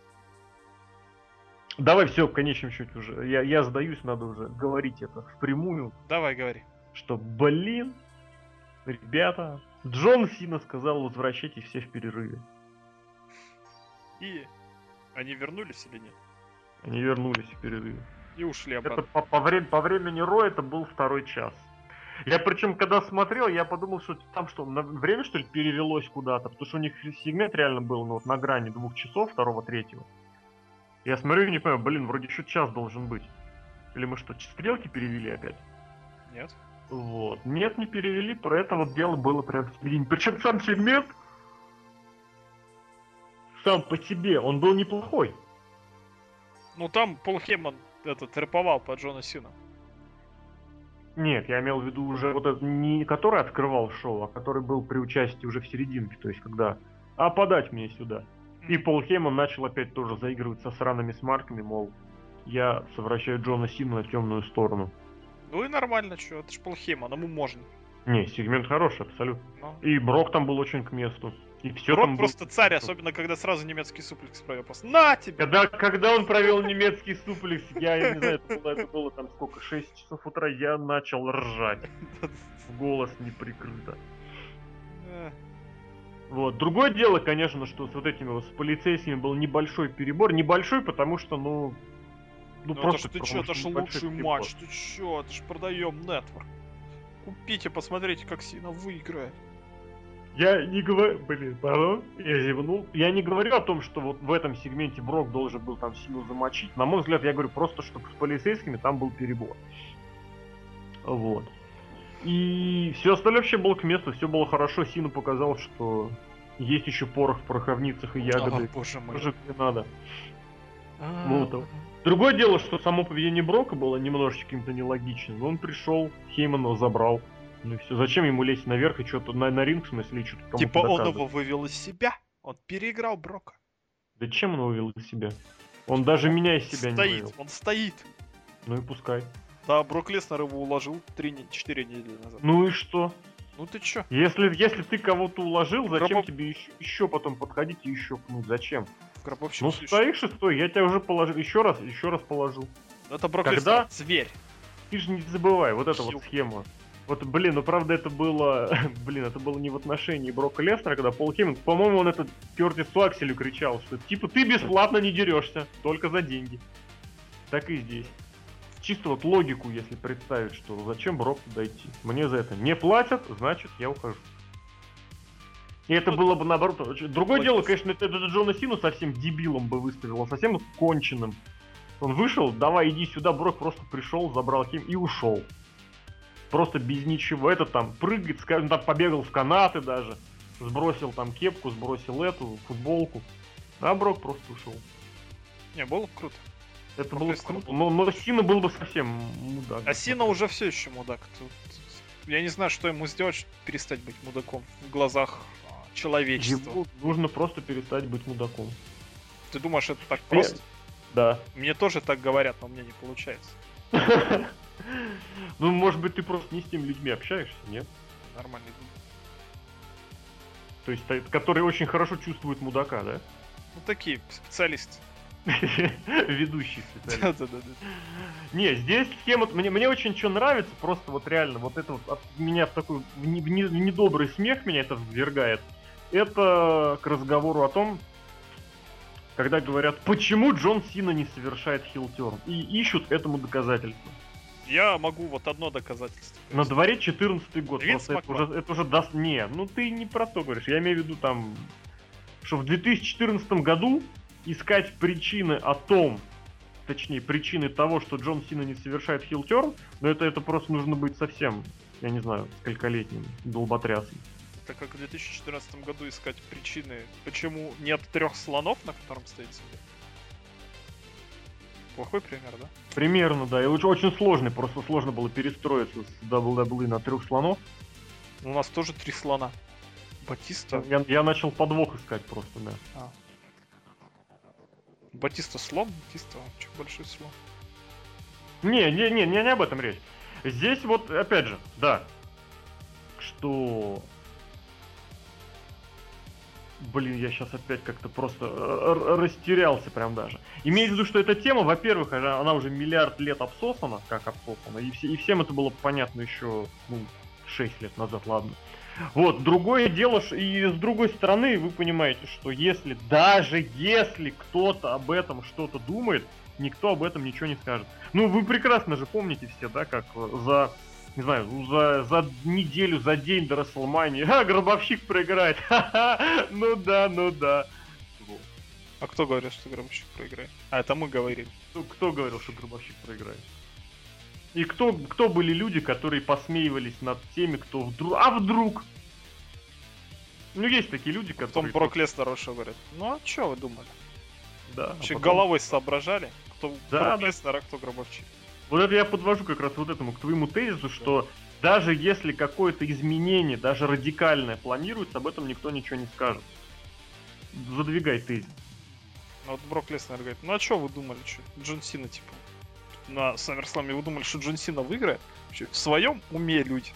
Давай все, в конечном счете уже. Я, я сдаюсь, надо уже говорить это впрямую, Давай, говори. что, блин, ребята, Джон Сина сказал, возвращайтесь все в перерыве. И они вернулись или нет? Они вернулись в перерыве. И ушли Это обратно. по, по, вре- по времени Ро это был второй час. Я причем, когда смотрел, я подумал, что там что, на время, что ли, перевелось куда-то, потому что у них сегмент реально был, ну, вот на грани двух часов, второго, третьего. Я смотрю и не понимаю, блин, вроде еще час должен быть. Или мы что, стрелки перевели опять? Нет. Вот. Нет, не перевели, про это вот дело было прям в середине. Причем сам сегмент, сам по себе, он был неплохой. Ну там Пол Хейман этот рэповал по Джона Сина. Нет, я имел в виду уже вот этот, не который открывал шоу, а который был при участии уже в серединке, то есть когда «А подать мне сюда». И Пол Хейман начал опять тоже заигрывать со сраными смарками, мол, я совращаю Джона Сина на темную сторону. Ну и нормально, что, это ж Пол Хейман, ему можно. Не, сегмент хороший, абсолютно. Ну, И Брок там был очень к месту. И все Брок там просто был... царь, особенно когда сразу немецкий суплекс провел. Просто на тебе! Когда, когда он провел немецкий суплекс, я не знаю, это было, это было там сколько, шесть часов утра, я начал ржать. Голос не прикрыто. Вот. Другое дело, конечно, что с вот этими вот с полицейскими был небольшой перебор. Небольшой, потому что, ну... Ну, ну просто это ж, ты чё, это ж лучший перебор. Матч, ты чё, это ж продаем Network. Купите, посмотрите, как Сина выиграет. Я не говорю... Блин, пардон, я зевнул. Я не говорю о том, что вот в этом сегменте Брок должен был там Сину замочить. На мой взгляд, я говорю просто, что с полицейскими там был перебор. Вот. И все остальное вообще было к месту, все было хорошо. Сина показал, что есть еще порох в пороховницах и ягоды. О, боже мой. Тоже не надо. Вот. Другое дело, что само поведение Брока было немножечко каким-то нелогичным. Он пришел, Хейман его забрал. Ну и все. Зачем ему лезть наверх и что-то на, на ринг, в смысле, и что-то кому-то Типа он доказывать? его вывел из себя. Он переиграл Брока. Да чем он его вывел из себя? Он даже он меня из себя стоит, не вывел. Он стоит. Ну и пускай. Да, Брок Леснер его уложил три-четыре недели назад. Ну и что? Ну ты чё? Если, если ты кого-то уложил, зачем Гробов... тебе еще, еще потом подходить и еще пнуть? Зачем? Гробовщик ну стоишь и стой, я тебя уже положил. Еще раз, еще раз положил. Это Брок Когда... Леснер, зверь. Ты же не забывай, вот эта Ю. вот схема. Вот, блин, ну правда это было... блин, это было не в отношении Брока Леснера, когда Пол Хейман, по-моему, он это Кертису Акселю кричал, что типа ты бесплатно не дерешься, только за деньги. Так и здесь. Чисто вот логику, если представить, что зачем Брок туда идти. Мне за это не платят, значит я ухожу. И это ну, было бы наоборот. Другое дело, конечно, это, это Джона Сину совсем дебилом бы выставил, он совсем конченым. Он вышел, давай иди сюда, Брок просто пришел, забрал Хим и ушел. Просто без ничего. Этот там прыгает, скажем, там побегал в канаты даже. Сбросил там кепку, сбросил эту, футболку. А Брок просто ушел. Не, было бы круто. Это было бы круто, но, но Сина был бы совсем мудак. А Сина уже все еще мудак. Тут, я не знаю, что ему сделать, чтобы перестать быть мудаком в глазах человечества. Ему нужно просто перестать быть мудаком. Ты думаешь, это так просто? Да. Мне тоже так говорят, но мне не получается. Ну, может быть, ты просто не с теми людьми общаешься, нет? Нормальный. То есть, которые очень хорошо чувствуют мудака, да? Ну, такие специалисты. Ведущий специалист. Да, да, да. Не, здесь схема... Мне, мне очень что нравится, просто вот реально, вот это вот от меня в такой в не, в не, в недобрый смех меня это ввергает. Это к разговору о том, когда говорят, почему Джон Сина не совершает хилтерн, и ищут этому доказательство. Я могу вот одно доказательство. На дворе четырнадцатый год. Винс Просто это уже, это уже даст... Не, ну ты не про то говоришь. Я имею в виду там, что в две тысячи четырнадцатом году искать причины о том, точнее, причины того, что Джон Сина не совершает хилтерн, но это, это просто нужно быть совсем, я не знаю, скольколетним долботрясом. Это как в две тысячи четырнадцатом году искать причины, почему нет трех слонов, на котором стоит судья. Плохой пример, да? Примерно, да. И очень, очень сложный, просто сложно было перестроиться с дабл ю дабл ю и на трех слонов. У нас тоже три слона. Батиста. Я, я начал подвох искать просто, да. А. Батиста слон, Батиста очень большой слон. Не, не, не, не, не об этом речь. Здесь вот, опять же, да, что... Блин, я сейчас опять как-то просто растерялся прям даже. Имеется в виду, что эта тема, во-первых, она уже миллиард лет обсосана, как обсосана, и, все, и всем это было понятно еще, ну, шесть лет назад, ладно. Вот, другое дело, и с другой стороны, вы понимаете, что если, даже если кто-то об этом что-то думает, никто об этом ничего не скажет. Ну, вы прекрасно же помните все, да, как за... Не знаю, за, за неделю, за день до Расселмании. А, Гробовщик проиграет. Ха-ха. Ну да, ну да. А кто говорит, что Гробовщик проиграет? А, это мы говорили. Кто, кто говорил, что Гробовщик проиграет? И кто, кто были люди, которые посмеивались над теми, кто вдруг... А вдруг? Ну, есть такие люди, которые... Потом Брок Леснер что говорит. Ну, а что вы думали? Да. Вообще а потом... головой соображали, кто да, Брок да. Леснер, а кто Гробовщик. Вот это я подвожу как раз вот этому, к твоему тезису, что даже если какое-то изменение, даже радикальное планируется, об этом никто ничего не скажет. Задвигай тезис. Ну вот Брок Леснер говорит, ну а что вы думали, что Джон Сина, типа, на Саммерсламе вы думали, что Джон Сина выиграет? Вообще, в своем уме люди.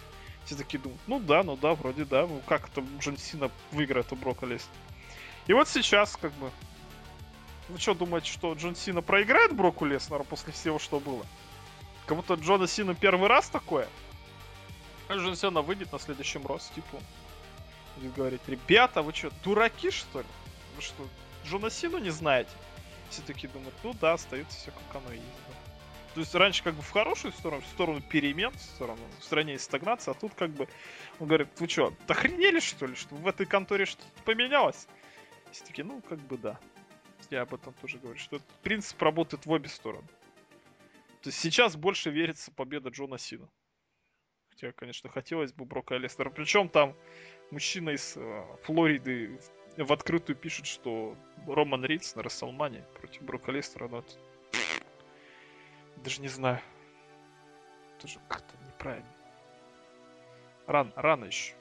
Все такие думают, ну да, ну да, вроде да, ну как это Джон Сина выиграет у Брока Леснера. И вот сейчас, как бы, вы что думаете, что Джон Сина проиграет Броку Леснеру после всего, что было? Как будто Джона Сина первый раз такое. А Джон Сина выйдет на следующем Рос, типа, будет говорить, ребята, вы что, дураки, что ли? Вы что, Джона Сину не знаете? Все такие думают, ну да, остается все как оно и есть. Да. То есть раньше как бы в хорошую сторону, в сторону перемен, в сторону в стране стагнации, а тут как бы он говорит, вы что, охренели что ли, что в этой конторе что-то поменялось? Все такие, ну как бы да. Я об этом тоже говорю, что этот принцип работает в обе стороны. То есть сейчас больше верится победа Джона Сина. Хотя, конечно, хотелось бы Брока Леснера. Причем там мужчина из э, Флориды в, в открытую пишет, что Роман Рейнс на Расселмане против Брока Леснера, ну это... Даже не знаю. Тоже как-то неправильно. Рано, рано еще.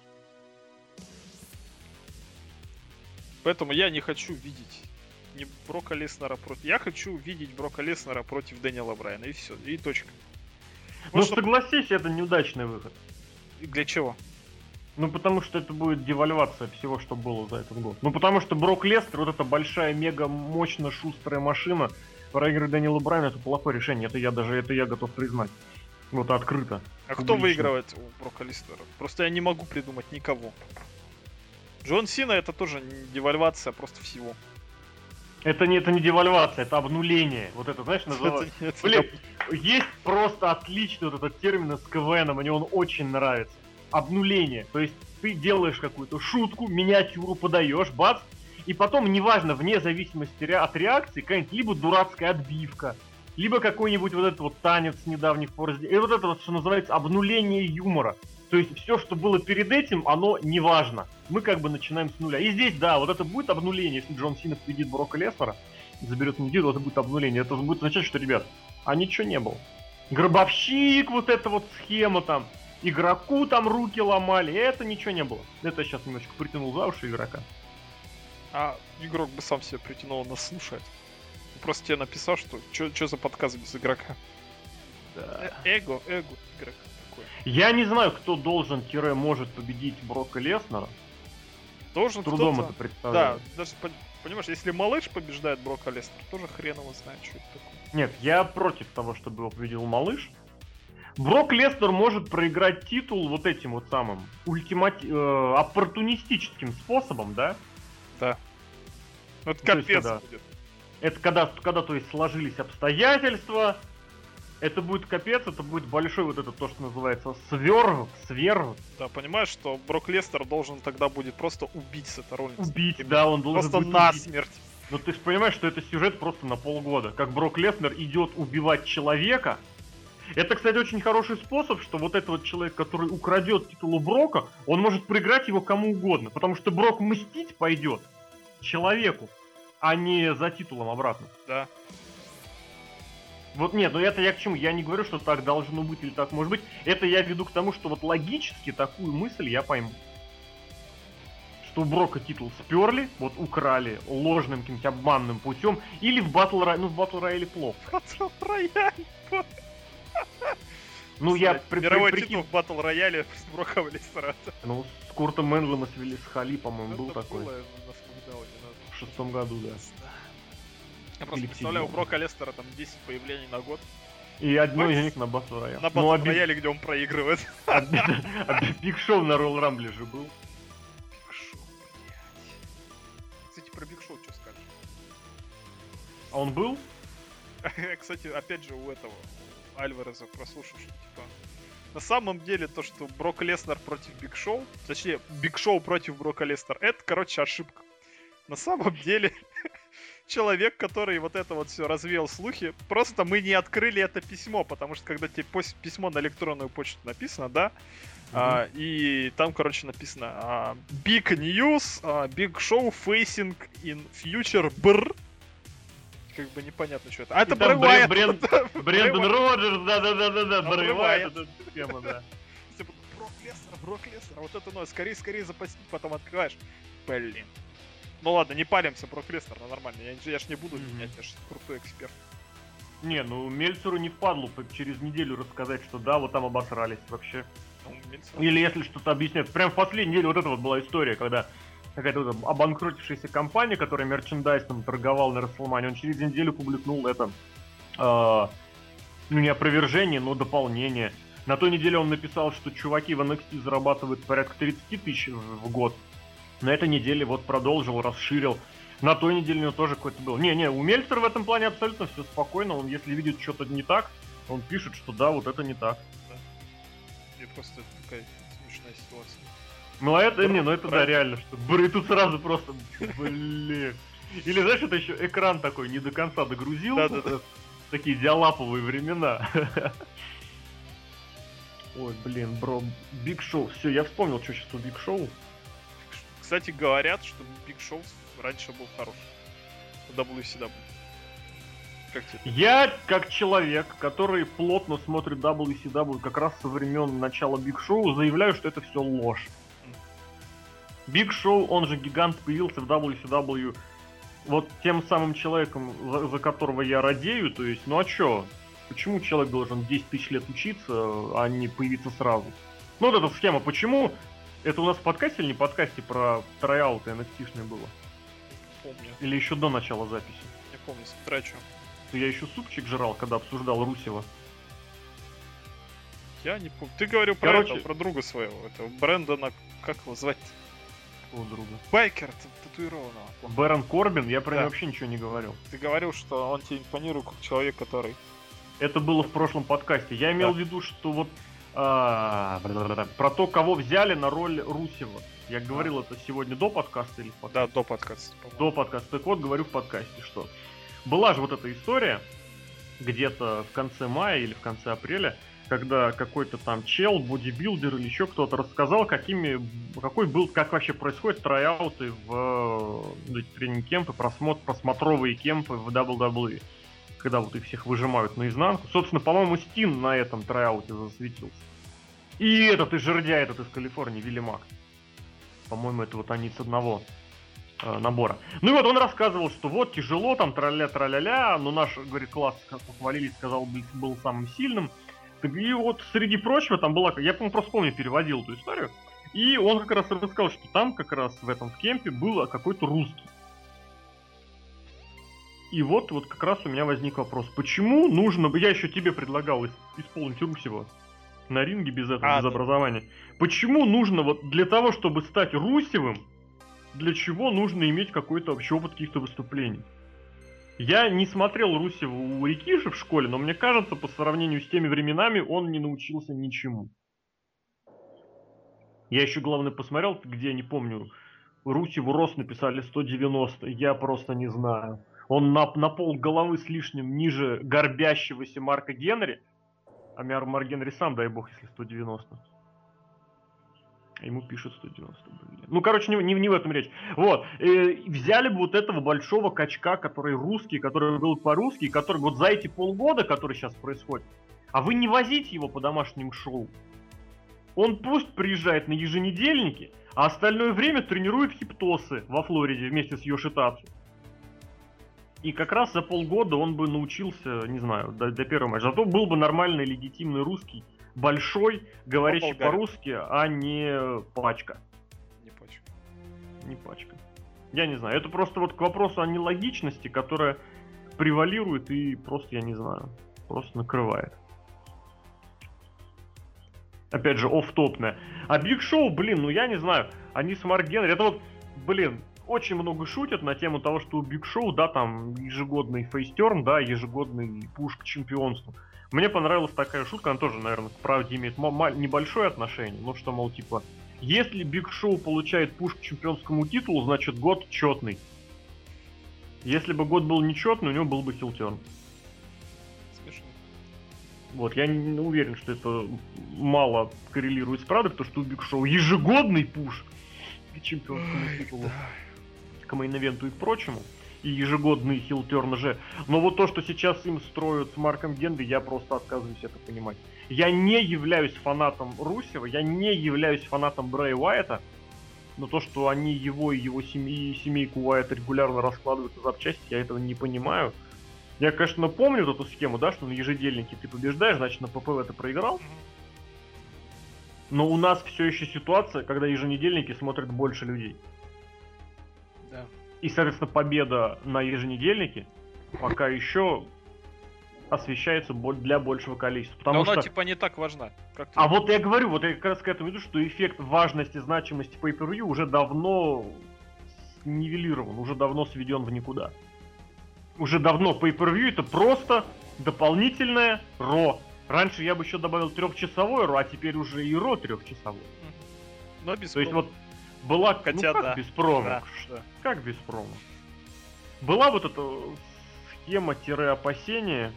Поэтому я не хочу видеть не Брока Леснера против... Я хочу видеть Брока Леснера против Дэниела Брайана. И все. И точка. Ну, что... согласись, это неудачный выход. И для чего? Ну, потому что это будет девальвация всего, что было за этот год. Ну, потому что Брок Леснер, вот эта большая, мега, мощно шустрая машина, проигрывать Дэниела Брайана, это плохое решение. Это я даже, это я готов признать. Вот открыто. А публично. Кто выигрывает у Брока Леснера? Просто я не могу придумать никого. Джон Сина это тоже не девальвация просто всего. Это не, это не девальвация, это обнуление. Вот это, знаешь, называется. Блин, есть просто отличный вот этот термин с КВНом, мне он очень нравится. Обнуление. То есть ты делаешь какую-то шутку, миниатюру подаешь, бац, и потом, неважно, вне зависимости от реакции, какая-нибудь либо дурацкая отбивка, либо какой-нибудь вот этот вот танец с недавних пор. И вот это вот, что называется, обнуление юмора. То есть все, что было перед этим, оно не важно. Мы как бы начинаем с нуля. И здесь, да, вот это будет обнуление, если Джон Сина победит Брока Леснера, заберет неделю, это будет обнуление. Это будет означать, что, ребят, а ничего не было. Гробовщик, вот эта вот схема там, игроку там руки ломали, это ничего не было. Это я сейчас немножечко притянул за уши игрока. А игрок бы сам себя притянул, нас слушает. Просто тебе написал, что что за подкаст без игрока. Да. Э эго, эго игрока. Я не знаю, кто должен, тире, может победить Брока Леснера. Должен С трудом кто-то... это представляю. Да, даже, понимаешь, если малыш побеждает Брока Леснера, тоже хрен его знает, что это такое. Нет, я против того, чтобы его победил малыш. Брок Леснер может проиграть титул вот этим вот самым ультимати... э, оппортунистическим способом, да? Да. Ну, это ну, капец есть, когда... будет. Это когда, когда, то есть, сложились обстоятельства. Это будет капец, это будет большой вот это то, что называется сверх, сверх. Да, понимаешь, что Брок Леснер должен тогда будет просто убить Сета Роллинса. Убить, да, он должен просто будет насмерть. Но ты же понимаешь, что это сюжет просто на полгода. Как Брок Леснер идет убивать человека. Это, кстати, очень хороший способ, что вот этот вот человек, который украдет титул у Брока, он может проиграть его кому угодно. Потому что Брок мстить пойдет человеку, а не за титулом обратно. Да. Вот нет, ну это я к чему? Я не говорю, что так должно быть или так может быть. Это я веду к тому, что вот логически такую мысль я пойму. Что у Брока титул сперли, вот украли ложным каким-то обманным путем, или в Батл Рояле, ну в Батл Рояле плохо. Батл Рояле. Ну я мировой титул в Батл Рояле с Броком Леснера. Ну с Куртом Мэнглом и с Виллис Хали, по-моему, был такой. В шестом году, да. Я просто представляю, у Брока Леснера там десять появлений на год. И одно из них на Батл Рояле. На Батл Рояле, где он проигрывает. А Биг Шоу на Роял Рамбле же был. Биг Шоу, блядь. Кстати, про Биг Шоу что скажешь? А он был? Кстати, опять же, у этого Альвареза прослушал, что типа... На самом деле, то, что Брок Леснер против Биг Шоу, точнее, Биг Шоу против Брока Леснера, это, короче, ошибка. На самом деле... Человек, который вот это вот все развеял слухи, просто мы не открыли это письмо, потому что когда тебе письмо на электронную почту написано, да, mm-hmm. а, и там, короче, написано а, Big News, а, Big Show Facing in Future Brr. Как бы непонятно, что это. А это Брэй Уайт. Брэндон Роджерс, да-да-да-да, Брэй Уайт, это схема, да. Брок Леснер, Брок Леснер, вот это, ну, скорее-скорее запастить, потом открываешь. Блин. Ну ладно, не палимся, Брок Леснер, ну нормально, я, я ж не буду mm-hmm. менять, я ж крутой эксперт. Не, ну Мельцеру не впадло через неделю рассказать, что да, вот там обосрались вообще. по-моему, Мельцер. Или если что-то объясняют. Прям в последней неделе вот это вот была история, когда какая-то вот обанкротившаяся компания, которая мерчендайз там торговал на Расселмане, он через неделю публикнул это, э, ну не опровержение, но дополнение. На той неделе он написал, что чуваки в эн экс ти зарабатывают порядка тридцать тысяч в год. На этой неделе вот продолжил, расширил. На той неделе у него тоже какой-то был. Не-не, у Мельцера в этом плане абсолютно все спокойно. Он, если видит что-то не так, он пишет, что да, вот это не так. Да. И просто такая смешная ситуация. Ну а это, не, ну это да, реально, что Бр, и тут сразу просто, блин. Или знаешь, это еще экран такой не до конца догрузил. Да-да-да. Такие диалаповые времена. Ой, блин, бро, Биг Шоу. Все, я вспомнил, что сейчас у Биг Шоу. Кстати, говорят, что Биг Шоу раньше был хорош. В дабл ю си дабл ю. Как тебе? Я, как человек, который плотно смотрит дабл ю си дабл ю как раз со времен начала Биг Шоу, заявляю, что это все ложь. Биг Шоу, он же гигант, появился в дабл ю си дабл ю вот тем самым человеком, за, за которого я радею, то есть, ну а чё? Почему человек должен десять тысяч лет учиться, а не появиться сразу? Ну вот эта схема, почему? Это у нас в подкасте или не в подкасте про трайауты эн экс ти-шные было? Помню. Или еще до начала записи? Не помню, смотря о чём. Я еще супчик жрал, когда обсуждал Русева. Я не помню. Ты говорил про Короче... это, про друга своего, этого Брэндона, как его звать-то? Какого друга? Байкер татуированного. Бэрон Корбин, я про Да. него вообще ничего не говорил. Ты говорил, что он тебе импонирует как человек, который... Это было в прошлом подкасте. Я имел Да. в виду, что вот а, бла-бла-бла, про то, кого взяли на роль Русева. Я говорил А. это сегодня до подкаста или в подкасте? Да, до подкаста, по-моему. До подкаста. Так вот, говорю в подкасте, что была же вот эта история где-то в конце мая или в конце апреля, когда какой-то там чел, бодибилдер или еще кто-то рассказал, какими, какой был, как вообще происходят трайауты в э, тренинг-кемпы, просмотр, просмотровые кемпы в дабл ю дабл ю и, когда вот их всех выжимают наизнанку. Собственно, по-моему, Стин на этом трайауте засветился. И этот, и жердяй этот из Калифорнии, Вилли Мак. По-моему, это вот они с одного э, набора. Ну и вот он рассказывал, что вот тяжело, там траля-траля-ля, но наш, говорит, класс, как похвалили, сказал, был, был самым сильным. И вот среди прочего там была, я помню, просто помню, переводил эту историю, и он как раз рассказал, что там как раз в этом в кемпе был какой-то русский. И вот, вот как раз у меня возник вопрос, почему нужно, я еще тебе предлагал исполнить Русева на ринге без этого, а, без образования. Почему нужно вот для того, чтобы стать Русевым, для чего нужно иметь какой-то вообще опыт каких-то выступлений? Я не смотрел Русева у Рикиши в школе, но мне кажется, по сравнению с теми временами, он не научился ничему. Я еще, главное, посмотрел, где, не помню, Русеву рост написали сто девяносто, я просто не знаю. Он на, на пол головы с лишним ниже горбящегося Марка Генри, а Марк Генри сам, дай бог, если сто девяносто. Ему пишут сто девяносто, блин. Ну, короче, не, не, не в этом речь. Вот. Э, взяли бы вот этого большого качка, который русский, который был по-русски, который вот за эти полгода, который сейчас происходит, а вы не возите его по домашним шоу. Он пусть приезжает на еженедельники, а остальное время тренирует хиптосы во Флориде вместе с Йошитацу. И как раз за полгода он бы научился, не знаю, до, до первого матча. Зато был бы нормальный, легитимный русский, большой, говорящий по-русски, а не пачка. Не пачка. Не пачка. Я не знаю. Это просто вот к вопросу о нелогичности, которая превалирует и просто, я не знаю, просто накрывает. Опять же, офф-топная. А Биг Шоу, блин, ну я не знаю. Они с Марк Генри, это вот, блин, очень много шутят на тему того, что у Биг Шоу, да, там ежегодный фейстерн, да, ежегодный пуш к чемпионству. Мне понравилась такая шутка, она тоже, наверное, к правде имеет небольшое отношение, ну что, мол, типа, если Биг Шоу получает пуш к чемпионскому титулу, значит год четный. Если бы год был нечетный, у него был бы хилтерн. Смешно. Вот, я не уверен, что это мало коррелирует с правдой, потому что у Биг Шоу ежегодный пуш к чемпионскому Ой, титулу, да. К мейн-ивенту и к прочему. И ежегодный хилтерн же. Но вот то, что сейчас им строят с Марком Генри, я просто отказываюсь это понимать. Я не являюсь фанатом Русева, я не являюсь фанатом Брэя Уайта, но то, что они его и его семьи, семейку Уайта регулярно раскладывают на запчасти, я этого не понимаю. Я, конечно, помню эту схему, да, что на ежедельнике ты побеждаешь, значит на ППВ ты проиграл. Но у нас все еще ситуация, когда еженедельники смотрят больше людей. Да. И, соответственно, победа на еженедельнике пока еще освещается для большего количества. Потому Но что... она типа не так важна. Как а вот я говорю, вот я как раз к этому иду, что эффект важности, значимости Pay-Per-View уже давно нивелирован, уже давно сведен в никуда. Уже давно Pay-Per-View это просто дополнительное Ро. Раньше я бы еще добавил трехчасовой Ро, а теперь уже и Ро трехчасовой. Но без То есть промо. вот была... Хотя ну как да. без промо? Да, да. Как без промо? Была вот эта схема-опасения,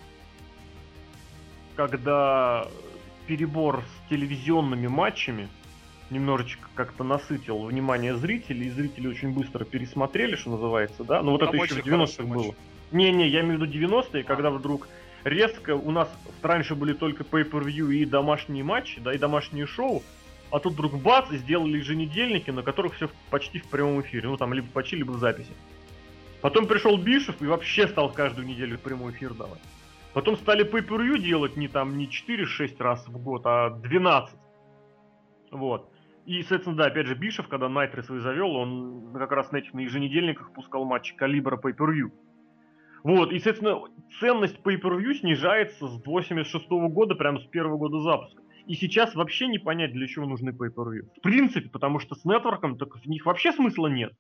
когда перебор с телевизионными матчами немножечко как-то насытил внимание зрителей, и зрители очень быстро пересмотрели, что называется, да? Ну вот Там это еще в девяностых было. Не-не, я имею в виду девяностые, а. когда вдруг резко у нас раньше были только pay-per-view и домашние матчи, да, и домашние шоу, а тут вдруг бац, и сделали еженедельники, на которых все почти в прямом эфире, ну там либо почти, либо в записи. Потом пришел Бишев и вообще стал каждую неделю прямой эфир давать. Потом стали pay-per-view делать не там не четыре-шесть раз в год, а двенадцать. Вот. И, соответственно, да, опять же, Бишев, когда Найтри свои завел, он как раз на этих на еженедельниках пускал матчи калибра pay-per-view. Вот, и, соответственно, ценность pay-per-view снижается с восемьдесят шестого года, прямо с первого года запуска. И сейчас вообще не понять, для чего нужны pay-per-view. В принципе, потому что с нетворком так в них вообще смысла нет.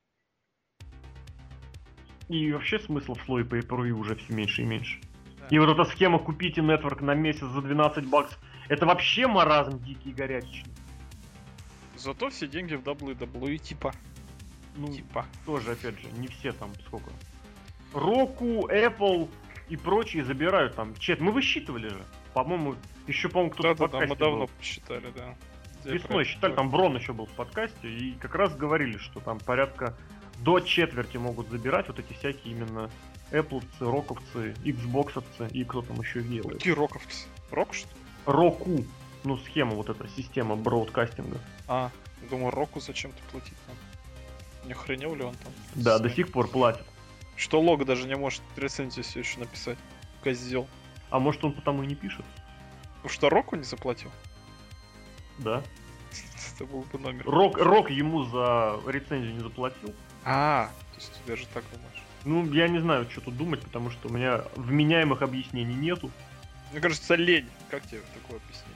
И вообще смысла в слое pay-per-view уже все меньше и меньше. Да. И вот эта схема «купите нетворк на месяц за двенадцать баксов», это вообще маразм дикий и горячечный. Зато все деньги в дабл ю дабл ю и типа. Ну, типа. Тоже, опять же, не все там сколько. Roku, Apple и прочие забирают там чет. Мы высчитывали же. По-моему, еще, по-моему, кто-то да, в подкасте да, мы давно был. посчитали, да. Весной считали, там Брон еще был в подкасте, и как раз говорили, что там порядка до четверти могут забирать вот эти всякие именно Apple'овцы, Роковцы, Xbox'овцы и кто там еще делает. Какие Роковцы? Рок, что ли? Roku. Ну, схема вот эта, система бродкастинга. А, думаю, Року зачем-то платить нам. Не охренел ли он там? Да, до сих пор платит. Что Лог даже не может рецензию все еще написать. Козел. А может он потому и не пишет? Потому что Року не заплатил? Да. Это был бы номер. Рок, Рок ему за рецензию не заплатил. А, то есть ты даже так думаешь? Ну, я не знаю, что тут думать, потому что у меня вменяемых объяснений нету. Мне кажется, лень. Как тебе такое объяснение?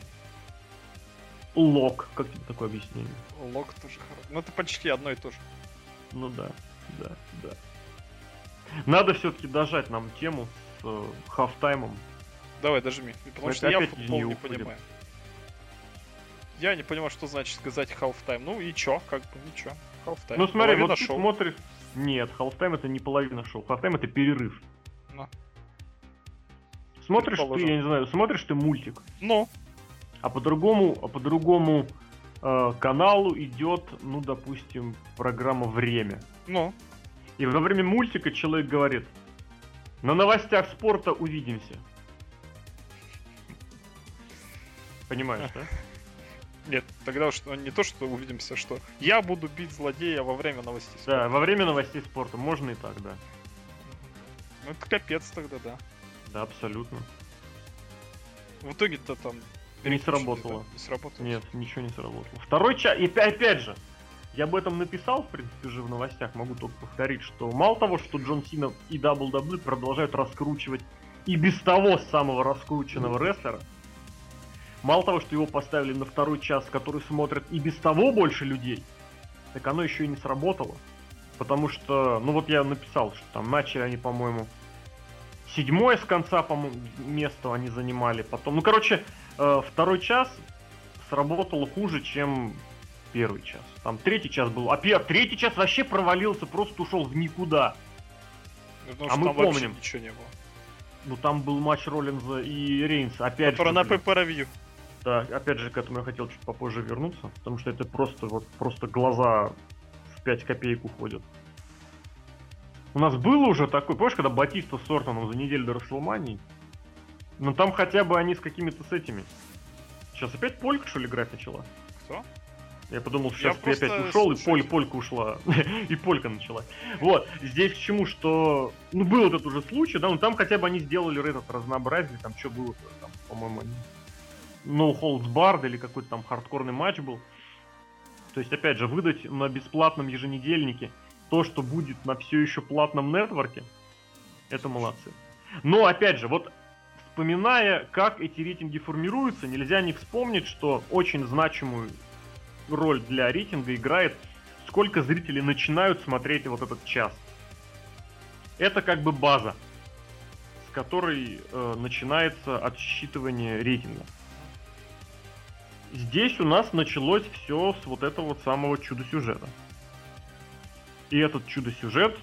Лог. Как тебе такое объяснение? Лог тоже хорошо. Ну, это почти одно и то же. Ну да, да, да. Надо все-таки дожать нам тему с э, хафтаймом. Давай, дожми. Потому это что я не футбол не уходим. понимаю. Я не понимаю, что значит сказать half-time. Ну и чё, как бы ничего. Half-time. Ну смотри, Половина вот шоу. ты смотришь... Нет, half-time это не половина шоу. Half-time это перерыв. Ну. Смотришь ты, Предположим. я не знаю, смотришь ты мультик. Ну. А по-другому, а по-другому э, каналу идет, ну, допустим, программа «Время». Ну. И во время мультика человек говорит: на новостях спорта увидимся. Понимаешь, да? Нет, тогда уж не то, что увидимся, что я буду бить злодея во время новостей спорта. Да, во время новостей спорта можно и так, да. Ну это капец тогда, да. Да, абсолютно. В итоге-то там... Не сработало. Да? Не сработало. Нет, ничего не сработало. Второй час, и опять, опять же, я об этом написал, в принципе, уже в новостях, могу только повторить, что мало того, что Джон Сина и дабл ю дабл ю и продолжают раскручивать и без того самого раскрученного рестлера, мало того, что его поставили на второй час, который смотрят и без того больше людей, так оно еще и не сработало. Потому что, ну вот я написал, что там начали они, по-моему, седьмое с конца, по-моему, место они занимали. Потом, ну короче, э, второй час сработало хуже, чем первый час. Там третий час был, а пер... третий час вообще провалился, просто ушел в никуда. Потому а что мы там помним. Ничего не было. Ну там был матч Роллинза и Рейнса, опять Который же. на блин. pay-per-view. Да, опять же, к этому я хотел чуть попозже вернуться, потому что это просто вот просто глаза в пять копеек уходят. У нас было уже такое, помнишь, когда Батиста с Ортоном за неделю до Расселмании? Ну там хотя бы они с какими-то с этими. Сейчас опять Полька, что ли, играть начала? Кто? Я подумал, сейчас Я ты опять ушел, слушаю. и Поль, Полька ушла. И Полька началась. Вот, здесь к чему, что... Ну, был этот уже случай, да, ну там хотя бы они сделали этот разнообразие, там что было, там, по-моему, они No Holds Barred или какой-то там хардкорный матч был. То есть, опять же, выдать на бесплатном еженедельнике то, что будет на все еще платном нетворке, это молодцы. Но, опять же, вот вспоминая, как эти рейтинги формируются, нельзя не вспомнить, что очень значимую роль для рейтинга играет, сколько зрителей начинают смотреть вот этот час. Это как бы база, с которой э, начинается отсчитывание рейтинга. Здесь у нас началось все с вот этого вот самого чудо-сюжета. И этот чудо-сюжет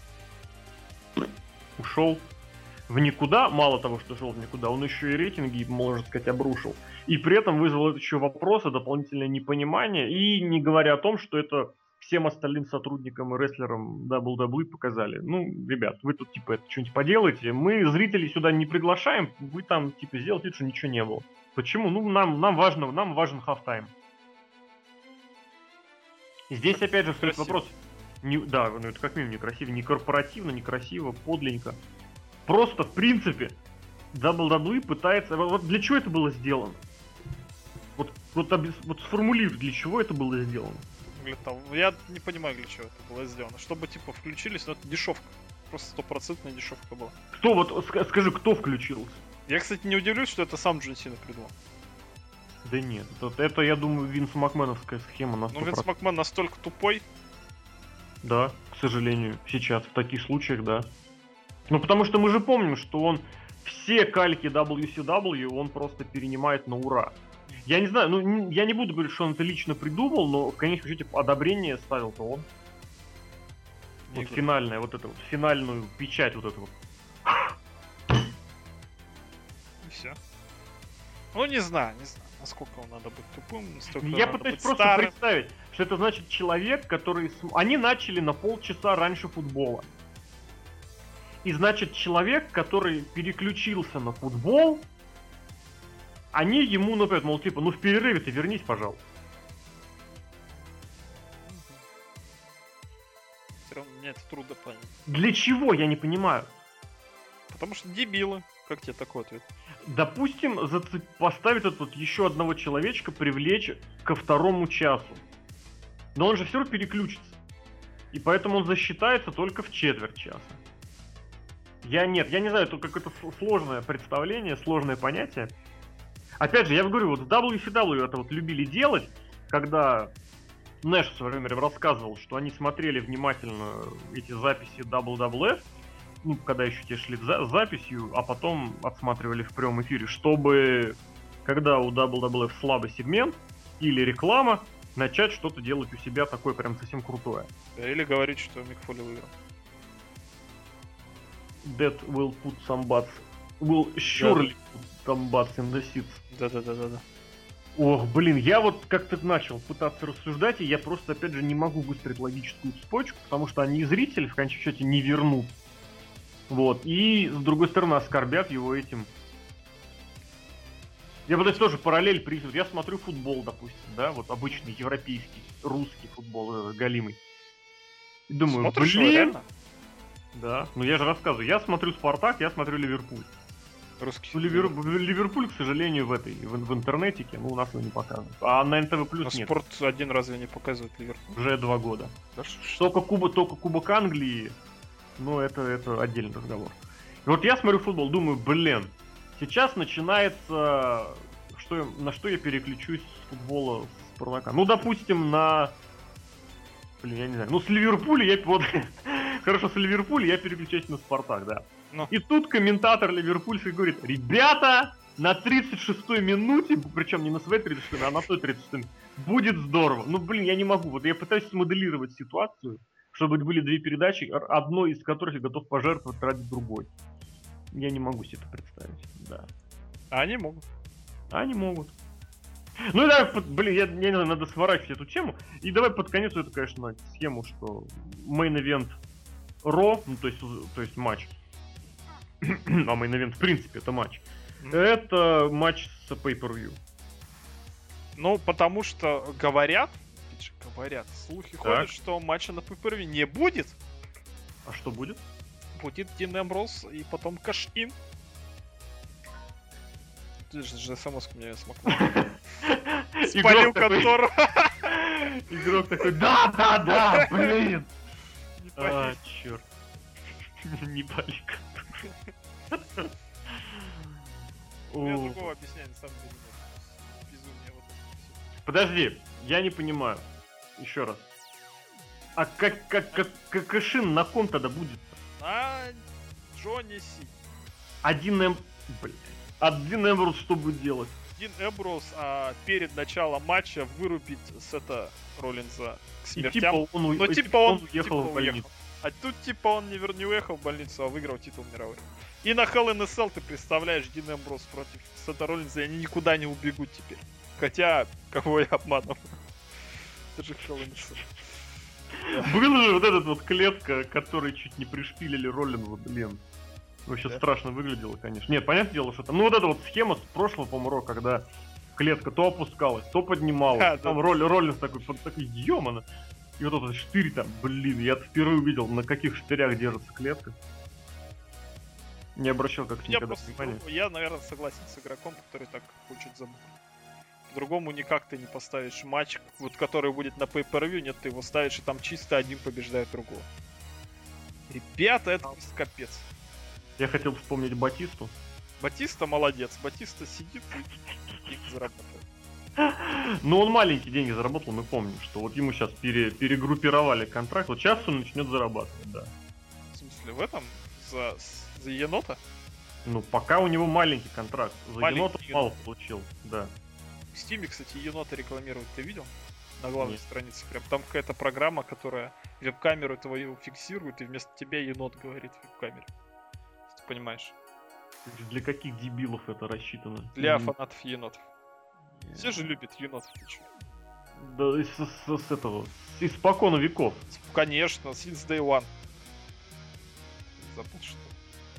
ушел в никуда. Мало того, что ушел в никуда, он еще и рейтинги, можно сказать, обрушил. И при этом вызвал еще вопросы, дополнительное непонимание. И не говоря о том, что это всем остальным сотрудникам и рестлерам дабл ю дабл ю и показали. Ну, ребят, вы тут типа это что-нибудь поделаете. Мы зрителей сюда не приглашаем, вы там типа сделайте, что ничего не было. Почему? Ну, нам, нам важно, нам важен хафтайм. Здесь опять же встает вопрос. Не, да, ну это как минимум некрасиво, не корпоративно, некрасиво, подленько. Просто, в принципе, дабл ю дабл ю и пытается... Вот для чего это было сделано? Вот, вот, вот сформулируй, для чего это было сделано. Для того, я не понимаю, для чего это было сделано. Чтобы, типа, включились, но это дешевка. Просто стопроцентная дешевка была. Кто вот, скажи, кто включился? Я, кстати, не удивлюсь, что это сам Джон Сина придумал. Да нет, это, это я думаю, Винс Макменовская схема на сто процентов. Ну, Винс Макмен настолько тупой. Да, к сожалению, сейчас, в таких случаях, да. Ну, потому что мы же помним, что он все кальки дабл ю си дабл ю он просто перенимает на ура. Я не знаю, ну, я не буду говорить, что он это лично придумал, но в конечном счете одобрение ставил-то он. Не вот финальная, вот это вот, финальную печать вот эту вот. И все. Ну, не знаю, не знаю, насколько он надо быть тупым, настолько я пытаюсь просто старым. Представить, что это значит человек, который... Они начали на полчаса раньше футбола. И значит, человек, который переключился на футбол, они ему, например, мол, типа, ну в перерыве ты вернись, пожалуйста. Все равно мне это трудно понять. Для чего, я не понимаю. Потому что дебилы. Как тебе такой ответ? Допустим, зацеп... поставить этот вот еще одного человечка, привлечь ко второму часу. Но он же все равно переключится. И поэтому он засчитается только в четверть часа. Я нет, я не знаю, это какое-то сложное представление, сложное понятие. Опять же, я говорю, вот в дабл ю си дабл ю это вот любили делать, когда Нэш в свое время рассказывал, что они смотрели внимательно эти записи дабл ю дабл ю эф, ну, когда еще те шли за записью, а потом отсматривали в прямом эфире, чтобы, когда у дабл ю дабл ю эф слабый сегмент или реклама, начать что-то делать у себя такое прям совсем крутое. Или говорить, что Мик Фоли выиграл. That will put some butts. Will surely put some butts in the seats. Да-да-да-да-да. Ох, блин, я вот как-то начал пытаться рассуждать, и я просто, опять же, не могу выстроить логическую цепочку, потому что они и зрители, в конечном счете, не вернут. Вот, и, с другой стороны, оскорбят его этим. Я пытаюсь тоже параллель привести. Я смотрю футбол, допустим, да, вот обычный европейский, русский футбол, э, галимый. И думаю, смотришь, блин... реально? Да, ну я же рассказываю, я смотрю Спартак, я смотрю Ливерпуль. Русский. Ну, Ливер... Ливерпуль, к сожалению, в этой, в, в интернетике, ну, у нас его не показывают. А на эн тэ вэ плюс нет. Спорт один разве не показывает Ливерпуль? Уже два года. Да, только, Куба, только Кубок Англии, ну, это, это отдельный разговор. И вот я смотрю футбол, думаю, блин, сейчас начинается, что, я, на что я переключусь с футбола с Спартака. Ну, допустим, на... Блин, я не знаю. Ну, с Ливерпуля я... Вот, хорошо, с Ливерпуля я переключаюсь на Спартак, да. Ну. И тут комментатор ливерпульский говорит: ребята, на тридцать шестой минуте, причем не на своей тридцать шестой, а на той тридцать шестой, будет здорово. Ну, блин, я не могу. Вот я пытаюсь смоделировать ситуацию, чтобы были две передачи, одной из которых я готов пожертвовать ради другой. Я не могу себе это представить, да. А они могут. А они могут. Ну да, блин, я, я не знаю, надо сворачивать эту тему. И давай под конец эту, конечно, схему, что мейн-эвент Ро, ну то есть, то есть матч. А мейн-эвент, в принципе, это матч. Mm-hmm. Это матч с pay-per-view. Ну, потому что говорят, говорят, слухи так. ходят, что матча на pay-per-view не будет. А что будет? Будет Дин Эмброуз и потом кэш-ин. же смс мне смокнул. Спалил контору. Игрок такой, да, да, да, блин. А, черт. Не пали контору. Я другого объяснения на самом деле нет. Безумие вот это. Подожди, я не понимаю. Еще раз. А как, как, как, как Кэшин на ком тогда будет? На Джонни Си. Один Эм... Блядь. Один Эмброуз что будет делать? Дин Эмброуз а, перед началом матча вырубить с это Роллинза к смертям. И типа он, у... Но и типа он, он уехал типа в больницу. уехал. А тут типа он не, вер... не уехал в больницу, а выиграл титул мировой. И на Hell in a Cell ты представляешь Дин Эмброуз против Сета Роллинза, и они никуда не убегут теперь. Хотя, кого я обманывал. Это же Hell in a Cell. Был же вот этот вот клетка, который чуть не пришпилили Роллинза, блин. Вообще Да? страшно выглядело, конечно. Нет, понятное дело, что там... Ну вот эта вот схема с прошлого, по-моему, рока, когда клетка то опускалась, то поднималась. А, там да. Ролли, Роллинс такой, под такой, ёмано. И вот этот штырь там, блин, я впервые увидел, на каких штырях держится клетка. Не обращал как-то Я, никогда просто, внимания. я, наверное, согласен с игроком, который так хочет забыть. По-другому никак ты не поставишь матч, вот который будет на pay-per-view, нет, ты его ставишь, и там чисто один побеждает другого. Ребята, это просто капец. Я хотел вспомнить Батисту. Батиста молодец, Батиста сидит и деньги зарабатывает. Ну, он маленькие деньги заработал, мы помним, что вот ему сейчас пере, перегруппировали контракт, вот сейчас он начнет зарабатывать, да. В смысле, в этом? За, за енота? Ну, пока у него маленький контракт. За Маленький енота енот. мало получил, да. В Стиме, кстати, енота рекламируют, ты видел? На главной Нет. странице прям. Там какая-то программа, которая веб-камеру твою фиксирует, и вместо тебя енот говорит в веб-камере. Если ты понимаешь. Для каких дебилов это рассчитано? Для М, фанатов енотов. Все же любят енотов, ты чё? Да, из, с, с этого, с испокона веков. Конечно, since day one. Забыл, что.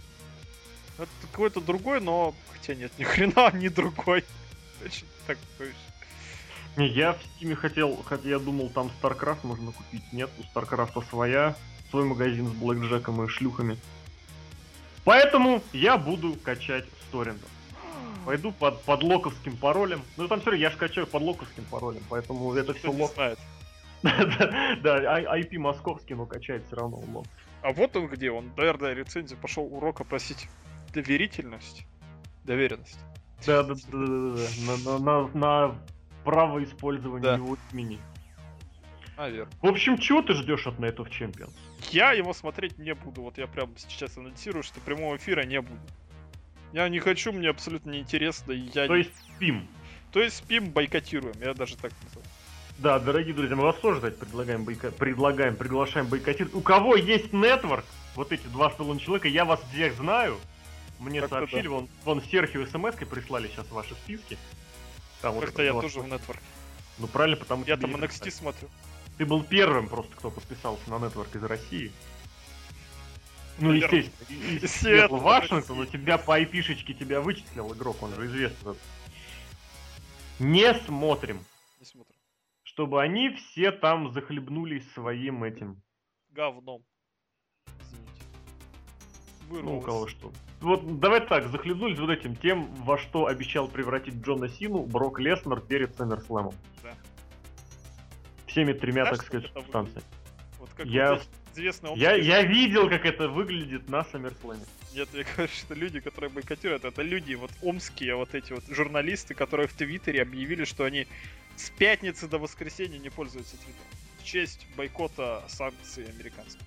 Это какой-то другой, но... Хотя нет, ни хрена не другой. Точно такой же. Не, я в Стиме хотел, хотя я думал, там StarCraft можно купить. Нет, у StarCraft своя, свой магазин с блэкджеком и шлюхами. Поэтому я буду качать с торрентов. Пойду под, под локовским паролем. Ну там все равно я же качаю под локовским паролем, поэтому это все Кто не лок. знает. Да, ай пи московский, но качает все равно лок. А вот он где, он, наверное, рецензию пошел урока просить доверительность. Доверенность. Да, да, да, да, да, на, на, на, на право использования Да. его имени. Наверное. В общем, чего ты ждешь от Night of Champions? Я его смотреть не буду. Вот я прямо сейчас анонсирую, что прямого эфира не буду. Я не хочу, мне абсолютно неинтересно. и Я... То есть спим. То есть спим, бойкотируем. Я даже так назову. Да, дорогие друзья, мы вас тоже, кстати, предлагаем, бойко... предлагаем, приглашаем бойкотировать. У кого есть нетворк, вот эти два с половиной человека, я вас всех знаю. Мне Как-то сообщили, да. вон, вон Серхио смс-кой прислали сейчас ваши списки. Там вот Как-то это я два- тоже в нетворке. Ну правильно, потому что Я тебе там не эн экс ти прислали. смотрю. Ты был первым просто, кто подписался на нетворк из России. Ну, Наверное. естественно, и- и- Из из Сиэтла, Вашингтон, у России. тебя по ай пи-шечке тебя вычислил игрок, он же известный. Не смотрим, Не смотрю. чтобы они все там захлебнулись своим этим. Говном. Извините. Ну, у Вырвалось. кого что. Вот давай так, захлебнулись вот этим тем, во что обещал превратить Джона Сину Брок Леснер перед Саммерслэмом. Да. Всеми тремя, Знаешь, так сказать, как это субстанциями. Вот как Я- вот эти известные Я, омские я видел, как это выглядит на Саммерслэме. Нет, я говорю, что люди, которые бойкотируют, это люди, вот омские вот эти вот журналисты, которые в Твиттере объявили, что они с пятницы до воскресенья не пользуются Твиттером. В честь бойкота санкций американских.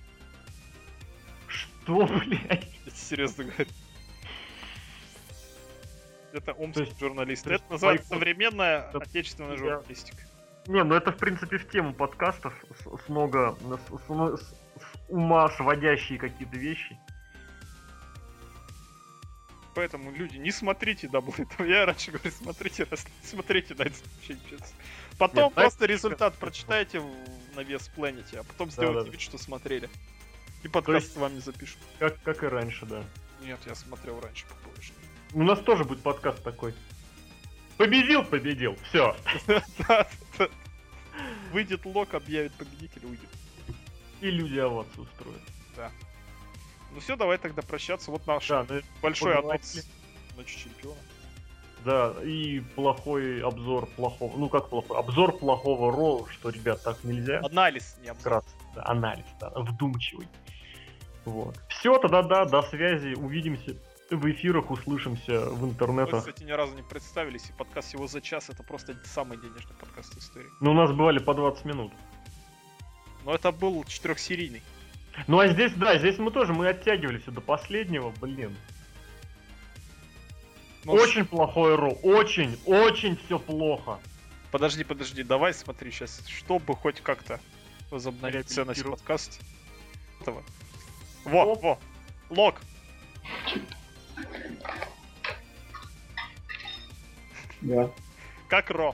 Что, блядь? Я серьезно говорю. Это омские есть- журналисты. то есть Это называется бойкот- современная это- отечественная я- журналистика. Не, ну это в принципе в тему подкастов с, с много с, с- с- с ума сводящие какие-то вещи. Поэтому, люди, не смотрите дабл ю дабл ю и. Я раньше говорю, смотрите, раз смотрите на это вообще ничего. Потом Нет, просто знаете, результат как- прочитайте в- на вес Planet, а потом Да, сделайте да. вид, что смотрели. И подкаст есть- с вами запишем. Как, как и раньше, да. Нет, я смотрел раньше попозже. У нас тоже будет подкаст такой. Победил, победил. Все. Да, да. Выйдет лог, объявит победителя, уйдет. И люди овацию устроят. Ну все, давай тогда прощаться. Вот наш Да, ну, большой поговорили. анонс Ночи Чемпиона. Да, и плохой обзор плохого, ну как плохой, обзор плохого Ро, что, ребят, так нельзя. Анализ, не обзор. Раз, да, анализ, да, вдумчивый. Вот. Все, тогда да, до связи, увидимся в эфирах, услышимся в интернетах. Мы, кстати, ни разу не представились, и подкаст всего за час, это просто самый денежный подкаст в истории. Ну, у нас бывали по двадцать минут. Но это был четырехсерийный. Ну, а здесь, да, здесь мы тоже, мы оттягивались до последнего, блин. Ну, очень ш... плохой Ро, очень, очень все плохо. Подожди, подожди, давай смотри сейчас, чтобы хоть как-то возобновить ценность подкаста. Этого. Во, Оп. во, лог. Да. Как Ро?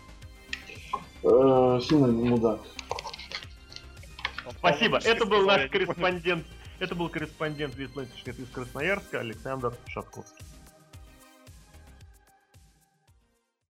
Э, сильно мудак. Спасибо, это был наш корреспондент, это был корреспондент Вестландишнет из Красноярска Александр Шатковский.